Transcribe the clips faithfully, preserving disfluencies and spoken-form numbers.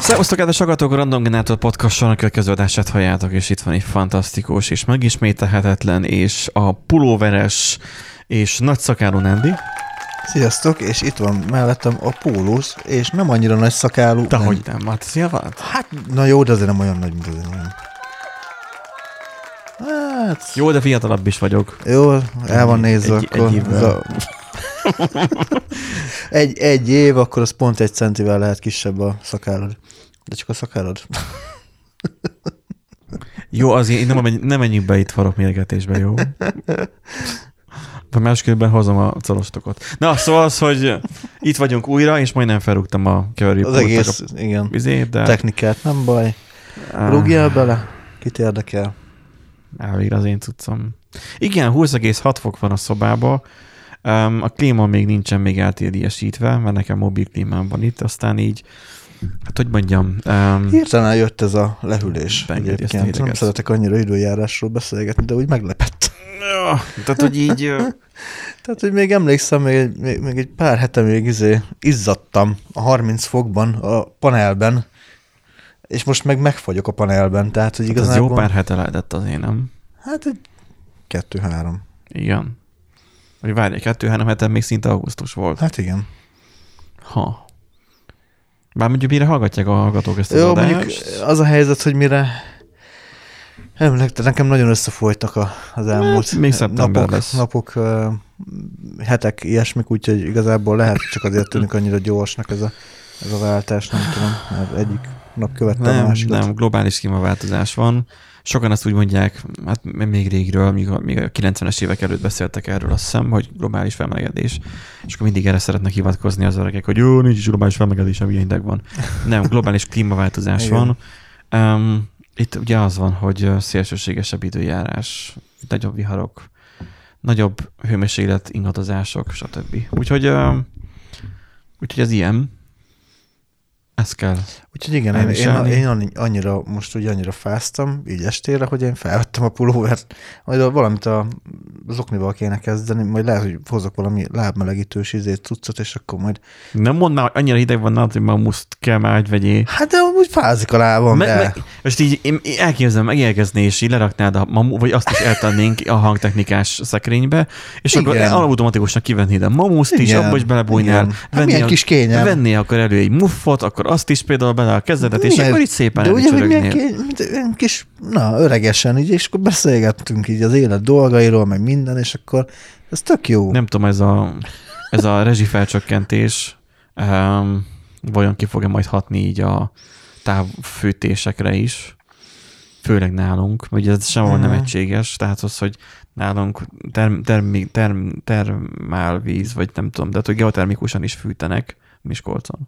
Szevasztok, kedves hallgatók, a Random Generator Podcast-on a következő adását halljátok, és itt van egy fantasztikus és megismételhetetlen, és a pulóveres és nagyszakálú Nandi. Sziasztok, és itt van mellettem a pólós, és nem annyira nagy szakálú. De hogy nem, hát szia van? Hát, na jó, de azért nem olyan nagy, mint azért nem. Hát... Jó, de fiatalabb is vagyok. Jó, el van nézve egy, akkor. Egy, a... egy, egy év, akkor az pont egy centivel lehet kisebb a szakálod. De csak a szakálod. Jó, azért nem, nem menjünk be itt farokmérgetésbe, jó? Másképpen hozom a calostokat. Na, szóval az, hogy itt vagyunk újra, és majdnem felrúgtam a keverőpót. Az egész, a igen, vizét, de... technikát, nem baj. Rúgjál bele, kit érdekel. Elvégre az én cuccom. Igen, húsz egész hat fok van a szobában. Um, a klíma még nincsen még eltéliesítve, mert nekem mobil klímám van itt, aztán így, hát hogy mondjam... Um, Hirtelen jött ez a lehűlés. Egyébként nem szeretek annyira időjárásról beszélgetni, de úgy meglepett. Ja, tehát, hogy így... Tehát, hogy még emlékszem, még, még, még egy pár hete még izé izzadtam a harminc fokban a panelben, és most meg megfagyok a panelben, tehát, hogy hát igazából... Ez jó pár hete lehetett azért, nem? Hát egy kettő-három. Igen. Vagy várj, kettő-három heten még szinte augusztus volt. Hát igen. Ha. Bár mondjuk mire hallgatják a hallgatók ezt az jó, adást? mondjuk az a helyzet, hogy mire... Emlékszem, nekem nagyon összefolytak a, az elmúlt hát, még napok, lesz. napok, uh, hetek, ilyesmik, úgyhogy igazából lehet, csak azért tűnik annyira gyorsnak ez a, ez a váltás, nem tudom, mert egyik nap követte nem, a másikat. Nem, globális klímaváltozás van. Sokan azt úgy mondják, hát még régről, míg a, míg a kilencvenes évek előtt beszéltek erről, azt hiszem, hogy globális felmelegedés, és akkor mindig erre szeretnek hivatkozni az öregek, hogy jó, nincs is globális felmelegedés, ami hideg van. Nem, globális klímaváltozás van. Um, Itt ugye az van, hogy szélsőségesebb időjárás, nagyobb viharok, nagyobb hőmérséklet ingadozások, stb. Úgyhogy, uh, úgyhogy ez ilyen. Ez kell. Úgyhogy igen, én, én, én annyira, most ugye annyira fáztam, így estére, hogy én felvettem a pulóvert, majd valamit a, az oknival kéne kezdeni, majd lehet, hogy hozok valami lábmelegítős izét, cuccot, és akkor majd... Nem mondd már, hogy annyira hideg van nálad, hogy már muszt kell már vegyi. Hát de úgy fázik a lábam. Me, me, most így én elképzelem megérkezni, és így leraknád a mamu, vagy azt is eltennénk a hangtechnikás szekrénybe, és igen. Akkor automatikusan kivennéd a mamuszt is, abba is belebújnál. Hát milyen kis kényelm. Vennél akkor elő egy muffot, akkor azt is például bele a kezedet, és akkor így szépen elcsörögnél. Milyen kis, na, öregesen, így, és akkor beszélgettünk így az élet dolgairól, meg minden, és akkor ez tök jó. Nem tudom, ez a, ez a rezsifelcsökkentés um, vajon ki fogja majd hatni így a távfűtésekre is, főleg nálunk, ugye ez sehol nem egységes, tehát az, hogy nálunk term, term, term, termálvíz, vagy nem tudom, de hogy geotermikusan is fűtenek Miskolcon.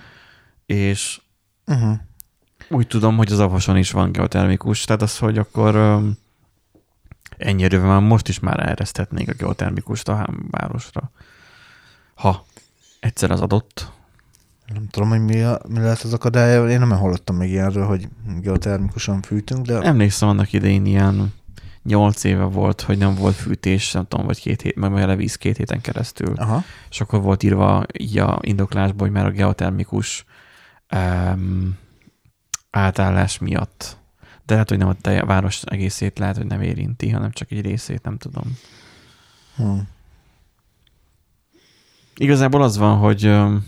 És uh-huh. úgy tudom, hogy az Avason is van geotermikus, tehát az, hogy akkor um, ennyi erővel már most is már elreszthetnénk a geotermikust a városra. Ha egyszer az adott. Nem tudom, hogy mi, a, mi lehet az akadálya. Én nem hallottam még ilyenről, hogy geotermikusan fűtünk, de... Emlékszem, annak idején ilyen nyolc éve volt, hogy nem volt fűtés, nem tudom, vagy két hét, meg majd levíz két héten keresztül. Aha. És akkor volt írva így a indoklásban, hogy már a geotermikus um, átállás miatt. De lehet, hogy nem a te város egészét lehet, hogy nem érinti, hanem csak egy részét, nem tudom. Hmm. Igazából az van, hogy um,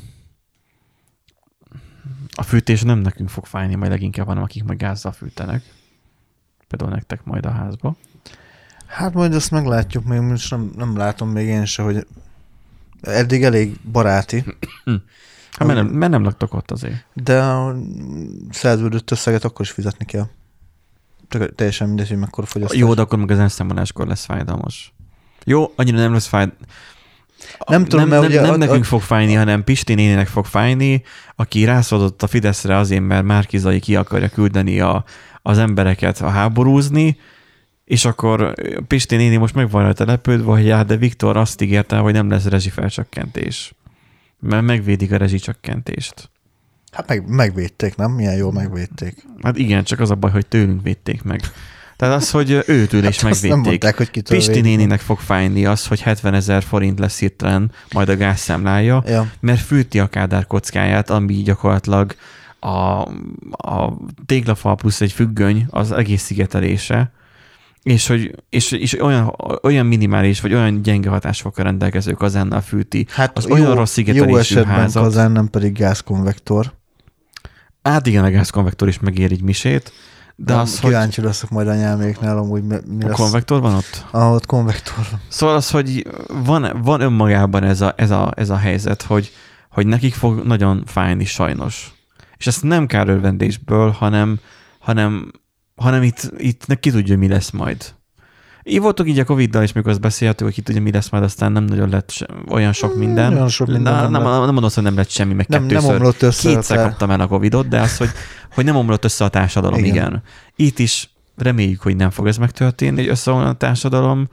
a fűtés nem nekünk fog fájni, majd leginkább, hanem akik meg gázzal fűtenek. Például nektek majd a házba. Hát majd azt meglátjuk, még most nem, nem látom még én se, hogy eddig elég baráti. Hát mert nem, mert nem laktok ott azért. De a szerződött összeget akkor is fizetni kell. Teljesen mindegy, hogy mekkora fogyasztás. Jó, de akkor meg az elszámoláskor lesz fájdalmas. Jó, annyira nem lesz fájdalmas. Nem tudom, nem, mert nem, ugye... Nem a, nekünk a, fog fájni, hanem Pisti néninek fog fájni, aki rászódott a Fideszre azért, mert Márki-Zay ki akarja küldeni a, az embereket a háborúzni, és akkor Pisti néni most meg van rajta lepődve, hogy hát, de Viktor azt ígérte, hogy nem lesz rezsifelcsökkentés. Mert megvédik a rezsicsökkentést. Hát meg, megvédték, nem? Milyen jól megvédték. Hát igen, csak az a baj, hogy tőlünk védték meg. Tehát az, hogy őtől is hát megvédték. Mondták, hogy Pisti néninek fog fájni az, hogy hetvenezer forint lesz hirtelen majd a gázszámlája, ja. mert fűti a Kádár kockáját, ami gyakorlatilag a, a téglafal plusz egy függöny az egész szigetelése, és hogy és, és olyan, olyan minimális, vagy olyan gyenge hatásfokkal rendelkező kazánnal fűti. Hát az jó, olyan rossz szigetelésű jó esetben házat. kazán, nem pedig gázkonvektor. Hát igen, a gázkonvektor is megér egy misét, de az, kíváncsi hogy... leszek majd anyáméknál, amúgy mi a lesz. konvektor van ott? Ah, ott konvektor. Szóval az, hogy van, van önmagában ez a, ez a, ez a helyzet, hogy, hogy nekik fog nagyon fájni sajnos. És ezt nem kárörvendésből, hanem, hanem, hanem itt, itt ki tudja, mi lesz majd. Így voltunk így a Coviddal, és mikor azt beszéltük, hogy ki tudja, mi lesz majd, aztán nem nagyon lett se, olyan sok minden. Olyan sok minden Na, nem, nem, nem mondom, hogy nem lett semmi, meg nem, kettőször. Nem omlott össze. Kétszer kaptam el a Covidot, de az, hogy, hogy nem omlott össze a társadalom, igen. igen. Itt is reméljük, hogy nem fog ez megtörténni, hogy összeomlott a társadalom,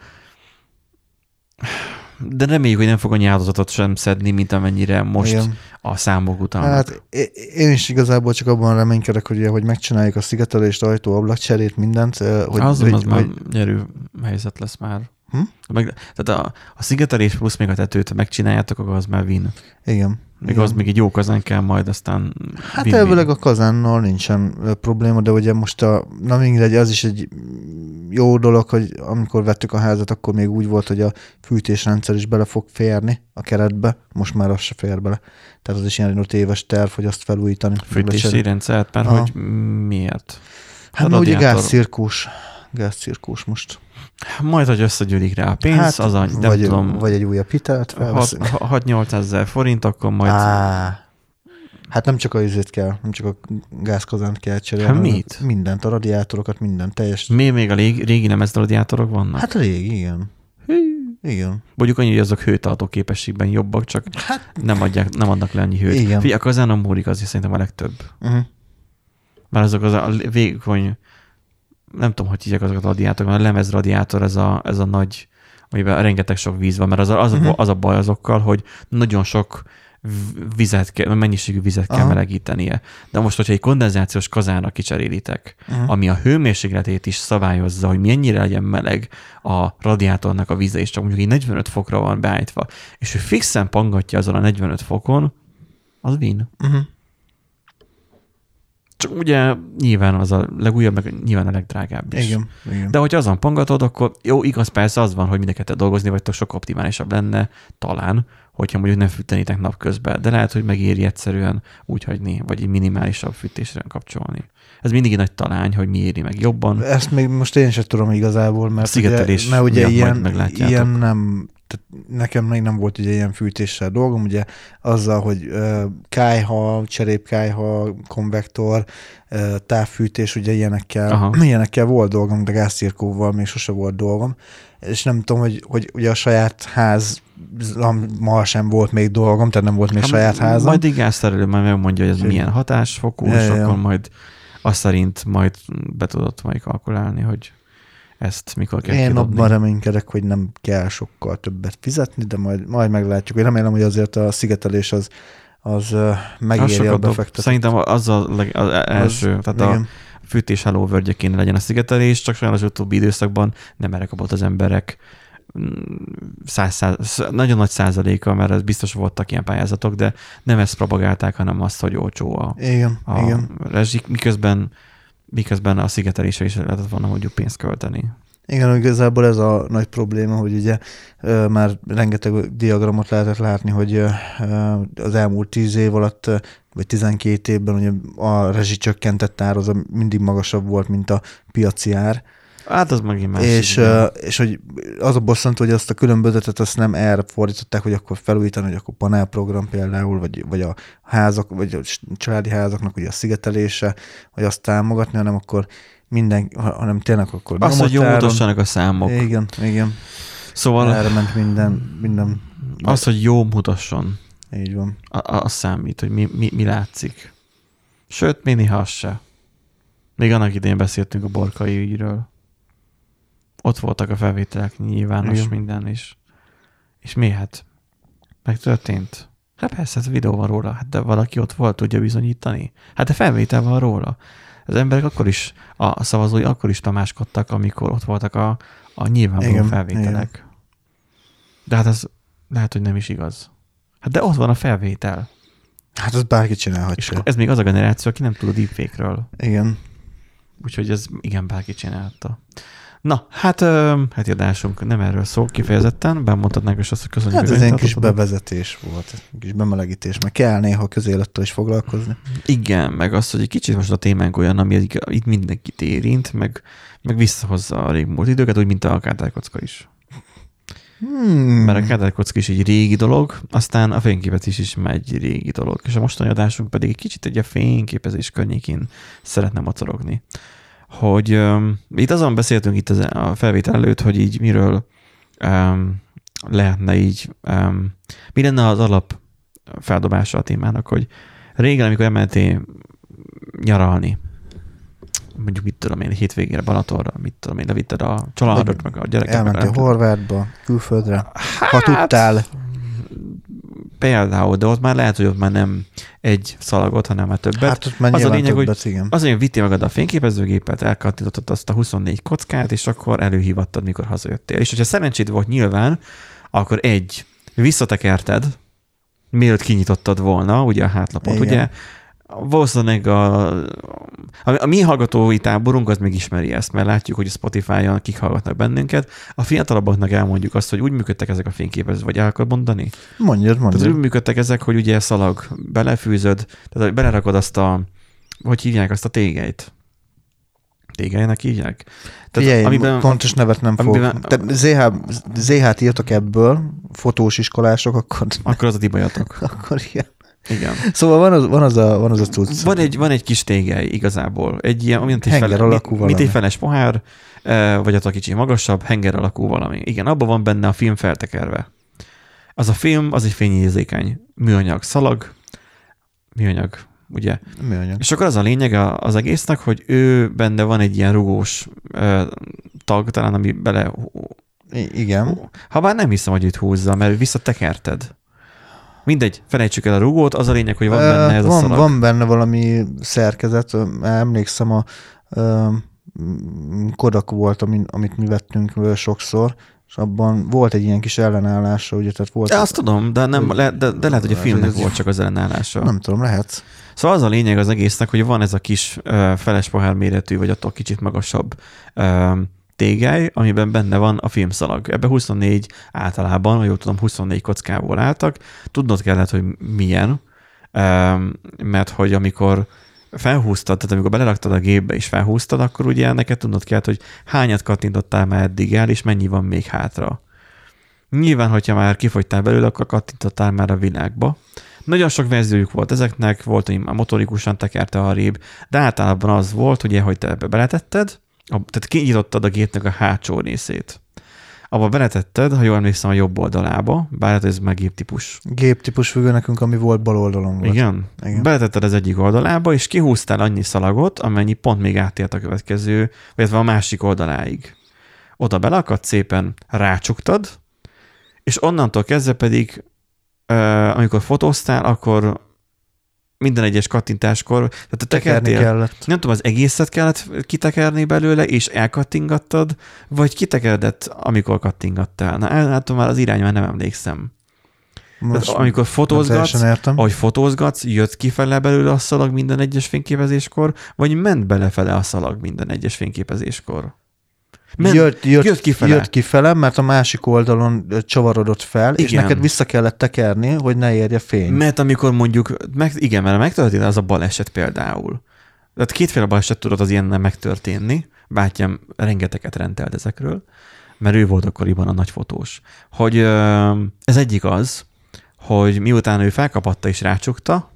de reméljük, hogy nem fog annyi áldozatot sem szedni, mint amennyire most igen. a számok után. Hát én is igazából csak abban reménykedek, hogy, hogy megcsináljuk a szigetelést, ajtó, ablakcserét, mindent. Hogy, az hogy, az hogy, már nyerő helyzet lesz már. Hm? Meg, tehát a, a szigetelés plusz még a tetőt megcsináljátok, akkor az már win. Igen. Még igen. az még egy jó kazán kell majd, aztán hát elvileg a kazánnal nincsen probléma, de ugye most a, na mindegy, az is egy jó dolog, hogy amikor vettük a házat, akkor még úgy volt, hogy a fűtésrendszer is bele fog férni a keretbe, most már az se fér bele. Tehát az is ilyen öt éves terv, hogy azt felújítani. Fűtési rendszert, mert hogy miért? Hát mert ugye gázcirkós. Gázcirkós most. Majd, hogy összegyűlik rá a pénz, hát, az a, nem vagy, tudom. Vagy egy újabb hitelt hat-nyolcezer forint, akkor majd... Á, hát nem csak a izét kell, nem csak a gázkazánt kell cserélni. Hát mit? Mindent, a radiátorokat, minden teljes. Mi még a régi, régi nemez radiátorok vannak? Hát a régi, igen. Hű. Igen. Mondjuk annyi, hogy azok hőtartó képességben jobbak, csak hát, nem, adják, nem adnak le annyi hőt. Igen. Figyelj, a kazánon múlik az is szerintem a legtöbb. Uh-huh. Mert azok az a vékony, nem tudom, hogy hívják azokat a radiátorokat, a lemezradiátor, ez a, ez a nagy, amiben rengeteg sok víz van, mert az a, az, uh-huh. a, az a baj azokkal, hogy nagyon sok vizet kell, mennyiségű vizet kell Aha. melegítenie. De most, hogyha egy kondenzációs kazánra kicserélitek, uh-huh. ami a hőmérsékletét is szabályozza, hogy mennyire legyen meleg a radiátornak a víze, és csak mondjuk így negyvenöt fokra van beállítva, és ő fixen pangatja azon a negyvenöt fokon, az win. Uh-huh. Csak ugye nyilván az a legújabb, meg nyilván a legdrágább is. Igen, igen. De hogyha azon pangatod, akkor jó, igaz, persze az van, hogy mindeket dolgozni vagytok, sok optimálisabb lenne talán, hogyha mondjuk nem fűtenétek napközben, de lehet, hogy megéri egyszerűen úgy hagyni, vagy egy minimálisabb fűtésre kapcsolni. Ez mindig egy nagy talány, hogy mi éri meg jobban. Ezt még most én sem tudom igazából, mert ugye, mert ugye ilyen, ilyen nem, tehát nekem még nem volt ugye ilyen fűtéssel dolgom, ugye azzal, hogy uh, kályha, cserépkályha, konvektor, uh, távfűtés, ugye ilyenekkel, ilyenekkel volt dolgom, de gázcirkóval még sose volt dolgom, és nem tudom, hogy, hogy ugye a saját ház ma sem volt még dolgom, tehát nem volt még ha, saját házam. Majd így gázszerelő majd megmondja, hogy ez milyen hatásfokú, ja, és ja. akkor majd azt szerint majd be tudod majd kalkulálni, hogy ezt mikor kell Én kidobni. abban reménykedek, hogy nem kell sokkal többet fizetni, de majd, majd meglátjuk. Én remélem, hogy azért a szigetelés az, az megéri a befektetést. Szerintem az a leg, az első, az, tehát igen. a fűtés hálóvölgye kéne legyen a szigetelés, csak sajnos az utóbbi időszakban nem erre kapott az emberek száz, száz, nagyon nagy százaléka, mert ez biztos voltak ilyen pályázatok, de nem ezt propagálták, hanem azt, hogy olcsó a, igen, a igen. rezsik, miközben, miközben a szigetelésre is lehetett volna mondjuk pénzt költeni. Igen, igazából ez a nagy probléma, hogy ugye uh, már rengeteg diagramot lehetett látni, hogy uh, az elmúlt tíz év alatt, uh, vagy tizenkét évben ugye a rezsicsökkentett ár az mindig magasabb volt, mint a piaci ár. Hát az megint másik. És, uh, és hogy az a bosszantó, hogy azt a különbözetet azt nem erre fordították, hogy akkor felújítani, hogy akkor panelprogram például, vagy, vagy a házak, vagy a családi házaknak ugye a szigetelése, vagy azt támogatni, hanem akkor minden, hanem tényleg akkor... Azt, hogy jó mutassanak a számok. Igen, igen. Szóval... Erre ment minden... minden az, hogy jó mutasson. Így van. A, az számít, hogy mi, mi, mi látszik. Sőt, még néha az se. Még annak idején beszéltünk a Borkai ügyről. Ott voltak a felvételek, nyilvános igen. minden is. És mi hát? Megtörtént? Hát persze, ez videó van róla. Hát de valaki ott volt, tudja bizonyítani. Hát de felvétel van róla. Az emberek akkor is, a szavazói akkor is tamáskodtak, amikor ott voltak a, a nyilvánvaló igen, felvételek. Igen. De hát az lehet, hogy nem is igaz. Hát de ott van a felvétel. Hát az bárki csinálhatja. Ez még az a generáció, aki nem tud a deepfake-ről. Igen. Úgyhogy ez igen, bárki csinálta. Na, hát heti adásunk nem erről szól kifejezetten, bemondhatnánk is azt, hogy köszönjük. Hát ez egy kis bevezetés volt, egy kis bemelegítés, meg kell néha közélettel is foglalkozni. Igen, meg az, hogy egy kicsit most a témánk olyan, ami itt mindenkit érint, meg, meg visszahozza a régmúlt időket, úgy, mint a kártyákocka is. Hmm. Mert a kártyákocka is egy régi dolog, aztán a fényképezés is egy régi dolog, és a mostani adásunk pedig egy kicsit egy a fényképezés környékén szeretne mocorogni. Hogy um, itt azon beszéltünk itt az, a felvétel előtt, hogy így miről um, lehetne így, um, mi lenne az alap feldobása a témának, hogy régen, amikor elmentél nyaralni, mondjuk mit tudom én, hétvégére Balatonra, mit tudom én, levitted a családot, meg a gyerekeket. Elmentél Horvátba, külföldre, hát, ha tudtál. Például, de ott már lehet, hogy ott már nem egy szalagot, hanem már többet. Hát ott már az a lényeg, többet, hogy igen. azért vittél magad a fényképezőgépet, elkattintottad azt a huszonnégy kockát, és akkor előhívattad, mikor hazajöttél. És hogyha szerencséd volt nyilván, akkor egy, visszatekerted, mielőtt kinyitottad volna, ugye a hátlapot, igen. Ugye, valószínűleg a, a, a mi hallgatói táborunk az még ismeri ezt, mert látjuk, hogy a Spotify-on kik hallgatnak bennünket. A fiatalabbaknak elmondjuk azt, hogy úgy működtek ezek a fényképezők, vagy el akarod mondani? Mondjad, mondjad. Tehát úgy működtek ezek, hogy ugye szalag belefűzöd, tehát belerakod azt a, hogy hívják azt a tégelyt? Tégelynek hívják? Tehát, Figyelj, amiben, pontos nevet nem amiben, fog. zé há, zé há-t írtak ebből, fotós iskolások, akkor... Akkor az a ti bajatok. Akkor igen. Igen. Szóval van az, van az a, van az a cucc. Van egy, van egy kis tégely igazából. Egy ilyen, mint egy, henger fele, alakú mint, valami. mint egy feles pohár, vagy attól kicsi magasabb, henger alakú valami. Igen, abban van benne a film feltekerve. Az a film, az egy fényérzékeny műanyag szalag, műanyag, ugye? Műanyag. És akkor az a lényeg az egésznek, hogy ő benne van egy ilyen rugós uh, tag, talán ami bele... I- igen. Ha bár nem hiszem, hogy itt húzza, mert visszatekerted. Mindegy, felejtsük el a rugót, az a lényeg, hogy van benne ez van, a szalag. Van benne valami szerkezet, emlékszem, a uh, Kodak volt, amit, amit mi vettünk sokszor, és abban volt egy ilyen kis ellenállása, ugye, tehát volt... De azt tudom, de, nem, le, de, de lehet, hogy a filmnek volt csak az ellenállása. Nem tudom, lehet. Szóval az a lényeg az egésznek, hogy van ez a kis uh, feles pohár méretű, vagy attól kicsit magasabb uh, tégely, amiben benne van a filmszalag. Ebben huszonnégy általában, ha jól tudom, huszonnégy kockából álltak. Tudnod kellett, hogy milyen, mert hogy amikor felhúztad, tehát amikor beleraktad a gépbe és felhúztad, akkor ugye neked tudnod kellett, hogy hányat kattintottál már eddig el, és mennyi van még hátra. Nyilván, hogyha már kifogytál belőle, akkor kattintottál már a világba. Nagyon sok verziójuk volt ezeknek, volt, hogy már motorikusan tekerte arrébb, de általában az volt, ugye, hogy te ebbe beletetted, tehát kinyitottad a gépnek a hátsó részét. Abba beletetted, ha jól emlékszem, a jobb oldalába, bár ez már géptípus. Géptípus függő nekünk, ami volt bal oldalon volt. Igen? Igen. Beletetted az egyik oldalába, és kihúztál annyi szalagot, amennyi pont még átért a következő, vagy a másik oldaláig. Oda belakadt, szépen rácsuktad, és onnantól kezdve pedig, amikor fotóztál, akkor minden egyes kattintáskor, tehát a tekertél, nem tudom, az egészet kellett kitekerni belőle, és elkattingattad, vagy kitekeredett, amikor kattingattál. Na, látom, már az irány már nem emlékszem. Tehát, amikor fotózgatsz, ahogy fotózgatsz, jött kifele belőle a szalag minden egyes fényképezéskor, vagy ment belefele a szalag minden egyes fényképezéskor? Ment, jött, jött, jött, kifele. jött kifele, mert a másik oldalon csavarodott fel, igen. És neked vissza kellett tekerni, hogy ne érje fény. Mert amikor mondjuk, meg, igen, mert megtörtént az a baleset például. Tehát kétféle baleset tudott az ilyennel megtörténni. Bátyám rengeteget rendelt ezekről, mert ő volt akkoriban a nagy fotós. Hogy ez egyik az, hogy miután ő felkapatta és rácsukta,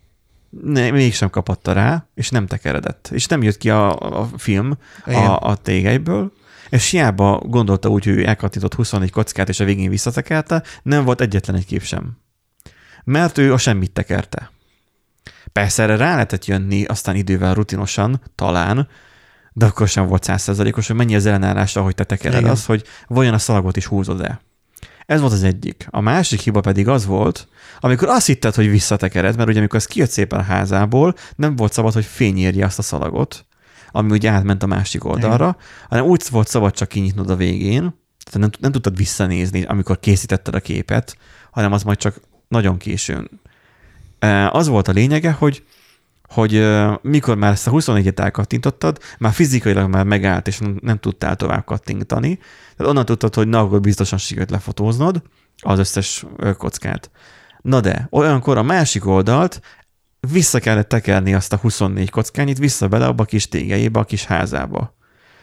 ne, mégsem kapatta rá, és nem tekeredett. És nem jött ki a, a film a, a tégelyből, és hiába gondolta úgy, hogy ő elkattintott huszonnégy kockát, és a végén visszatekelte, nem volt egyetlen egy kép sem. Mert ő a semmit tekerte. Persze erre rá lehetett jönni, aztán idővel rutinosan, talán, de akkor sem volt száz százalékos, hogy mennyi az ellenállás, ahogy te tekered. Igen. Az, hogy vajon a szalagot is húzod-e. Ez volt az egyik. A másik hiba pedig az volt, amikor azt hitted, hogy visszatekered, mert ugye amikor az kijött szépen a házából, nem volt szabad, hogy fény érje azt a szalagot, ami ugye átment a másik oldalra, igen. Hanem úgy volt szabad csak kinyitnod a végén, tehát nem, nem tudtad visszanézni, amikor készítetted a képet, hanem az majd csak nagyon későn Az volt a lényege, hogy, hogy mikor már ezt a huszonnégyet elkattintottad, már fizikailag már megállt, és nem tudtál tovább kattintani. Tehát onnan tudtad, hogy na, akkor biztosan sikerült lefotóznod az összes kockát. Na de, olyankor a másik oldalt vissza kellett tekerni azt a huszonnégy kockányit vissza bele abba a kis tégelyébe, a kis házába.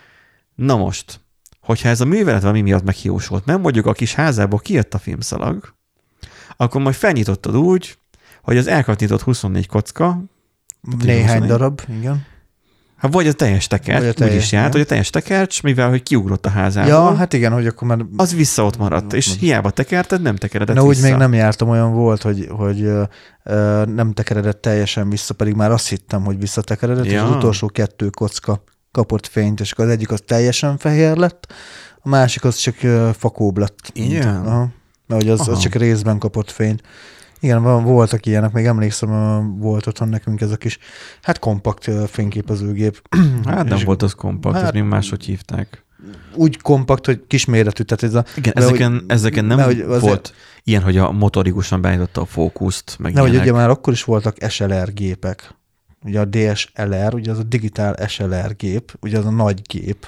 Na most, hogyha ez a művelet valami miatt meghiúsult, nem mondjuk a kis házából kijött a filmszalag, akkor majd felnyitottad úgy, hogy az elkattintott huszonnégy kocka, néhány huszonnégy darab, igen. Hát vagy a teljes tekercs, úgy is járt, hogy a teljes tekercs, mivel hogy kiugrott a házából. Ja, hát igen, hogy akkor már... Az vissza ott maradt, és hiába tekerted, nem tekeredett Na, vissza. úgy még nem jártam, olyan volt, hogy, hogy ö, ö, nem tekeredett teljesen vissza, pedig már azt hittem, hogy visszatekeredett, ja. És az utolsó kettő kocka kapott fényt, és az egyik az teljesen fehér lett, a másik az csak ö, fakóbb lett. Igen? Aha. Mert az, az csak részben kapott fényt. Igen, voltak ilyenek, még emlékszem, volt otthon nekünk ez a kis, hát kompakt fényképezőgép. Hát nem volt az kompakt, hát, ezt még máshogy hívták. Úgy kompakt, hogy kisméretű. Tehát ez a, igen, ezeken, hogy, ezeken nem hogy volt azért, ilyen, hogy a motorikusan beállította a fókuszt, meg ilyenek. Ugye már akkor is voltak es el er gépek. Ugye a dé es el er, ugye az a digitál es el er gép, ugye az a nagy gép.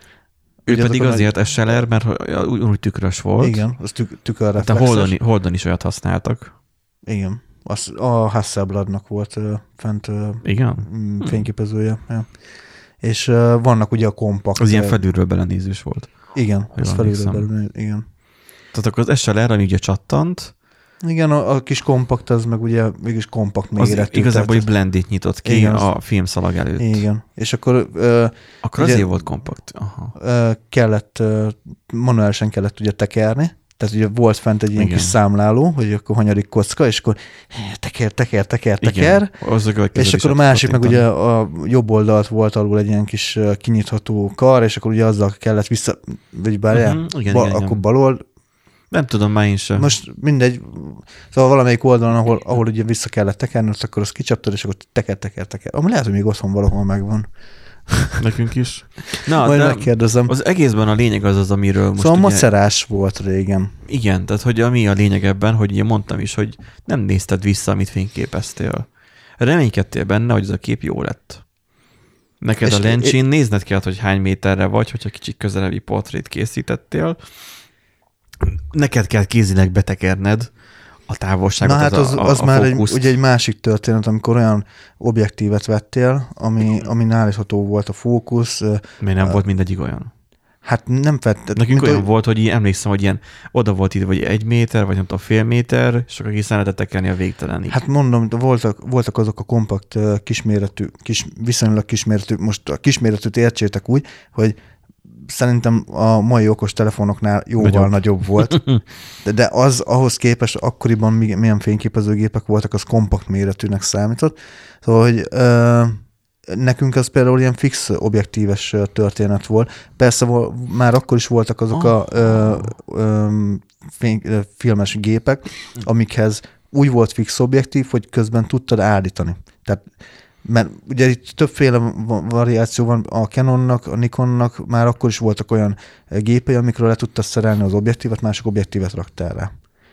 Ő ugye pedig azért nagy... es el er, mert úgy, úgy tükrös volt. Igen, az tük, tükörreflexes. De Holdon, Holdon is olyat használtak. Igen, az a Hasselbladnak volt uh, fent uh, igen? fényképezője. Ja. És uh, vannak ugye a kompakt. Az ilyen felülről belenézős volt. Igen, az felülről belenéző, igen. Tehát akkor az es el er, ami ugye csattant. Igen, a, a kis kompakt, az meg ugye mégis kompakt méretű. Igazából egy blendét nyitott ki igen, a filmszalag előtt. Igen, és akkor... Uh, akkor ugye, azért volt kompakt. Aha. Uh, kellett, uh, manuálisan kellett ugye tekerni. Tehát ugye volt fent egy ilyen igen. kis számláló, hogy akkor hanyadik kocka, és akkor teker, teker, teker, teker. Igen, és akkor a másik meg ugye a jobb oldalt volt alul egy ilyen kis kinyitható kar, és akkor ugye azzal kellett vissza, vagy bárjál, uh-huh. igen, ba, igen, akkor igen. balol. Nem tudom, már én sem. Most mindegy, szóval valamelyik oldalon, ahol, ahol ugye vissza kellett tekerni, akkor azt kicsaptad, és akkor teker, teker, teker. Ami lehet, hogy még otthon valahol megvan. Nekünk is. Na, majd megkérdezem. Az egészben a lényeg az az, amiről most szóval ugye... macerás volt régen. Igen, tehát hogy ami a lényeg ebben, hogy ugye mondtam is, hogy nem nézted vissza, amit fényképeztél. Reménykedtél benne, hogy ez a kép jó lett. Neked és a lencsin é... nézned kellett, hogy hány méterre vagy, hogyha kicsit közelebbi portrét készítettél. Neked kell kézileg betekerned a távolságot. Na hát az, az, a, az a már egy, ugye egy másik történet, amikor olyan objektívet vettél, ami, ami állítható volt a fókusz. Miért nem uh, volt mindegyik olyan? Hát nem fett. Nekünk olyan hogy... volt, hogy így, emlékszem, hogy ilyen oda volt itt, vagy egy méter, vagy nem tudom, fél méter, és akkor készen lehetett tekerni a végtelenig. Hát mondom, voltak, voltak azok a kompakt kisméretű, kis, viszonylag kisméretű, most a kisméretűt értsétek úgy, hogy szerintem a mai okos telefonoknál jóval nagyobb, nagyobb volt, de, de az ahhoz képest akkoriban milyen fényképezőgépek voltak, az kompakt méretűnek számított. Szóval, hogy ö, nekünk az például ilyen fix objektíves történet volt. Persze már akkor is voltak azok a ö, ö, fény, ö, filmes gépek, amikhez úgy volt fix objektív, hogy közben tudtad állítani. Tehát mert ugye itt többféle variáció van a Canonnak, a Nikonnak, már akkor is voltak olyan gépei, amikről le tudtad szerelni az objektívet, mások objektívet raktál rá.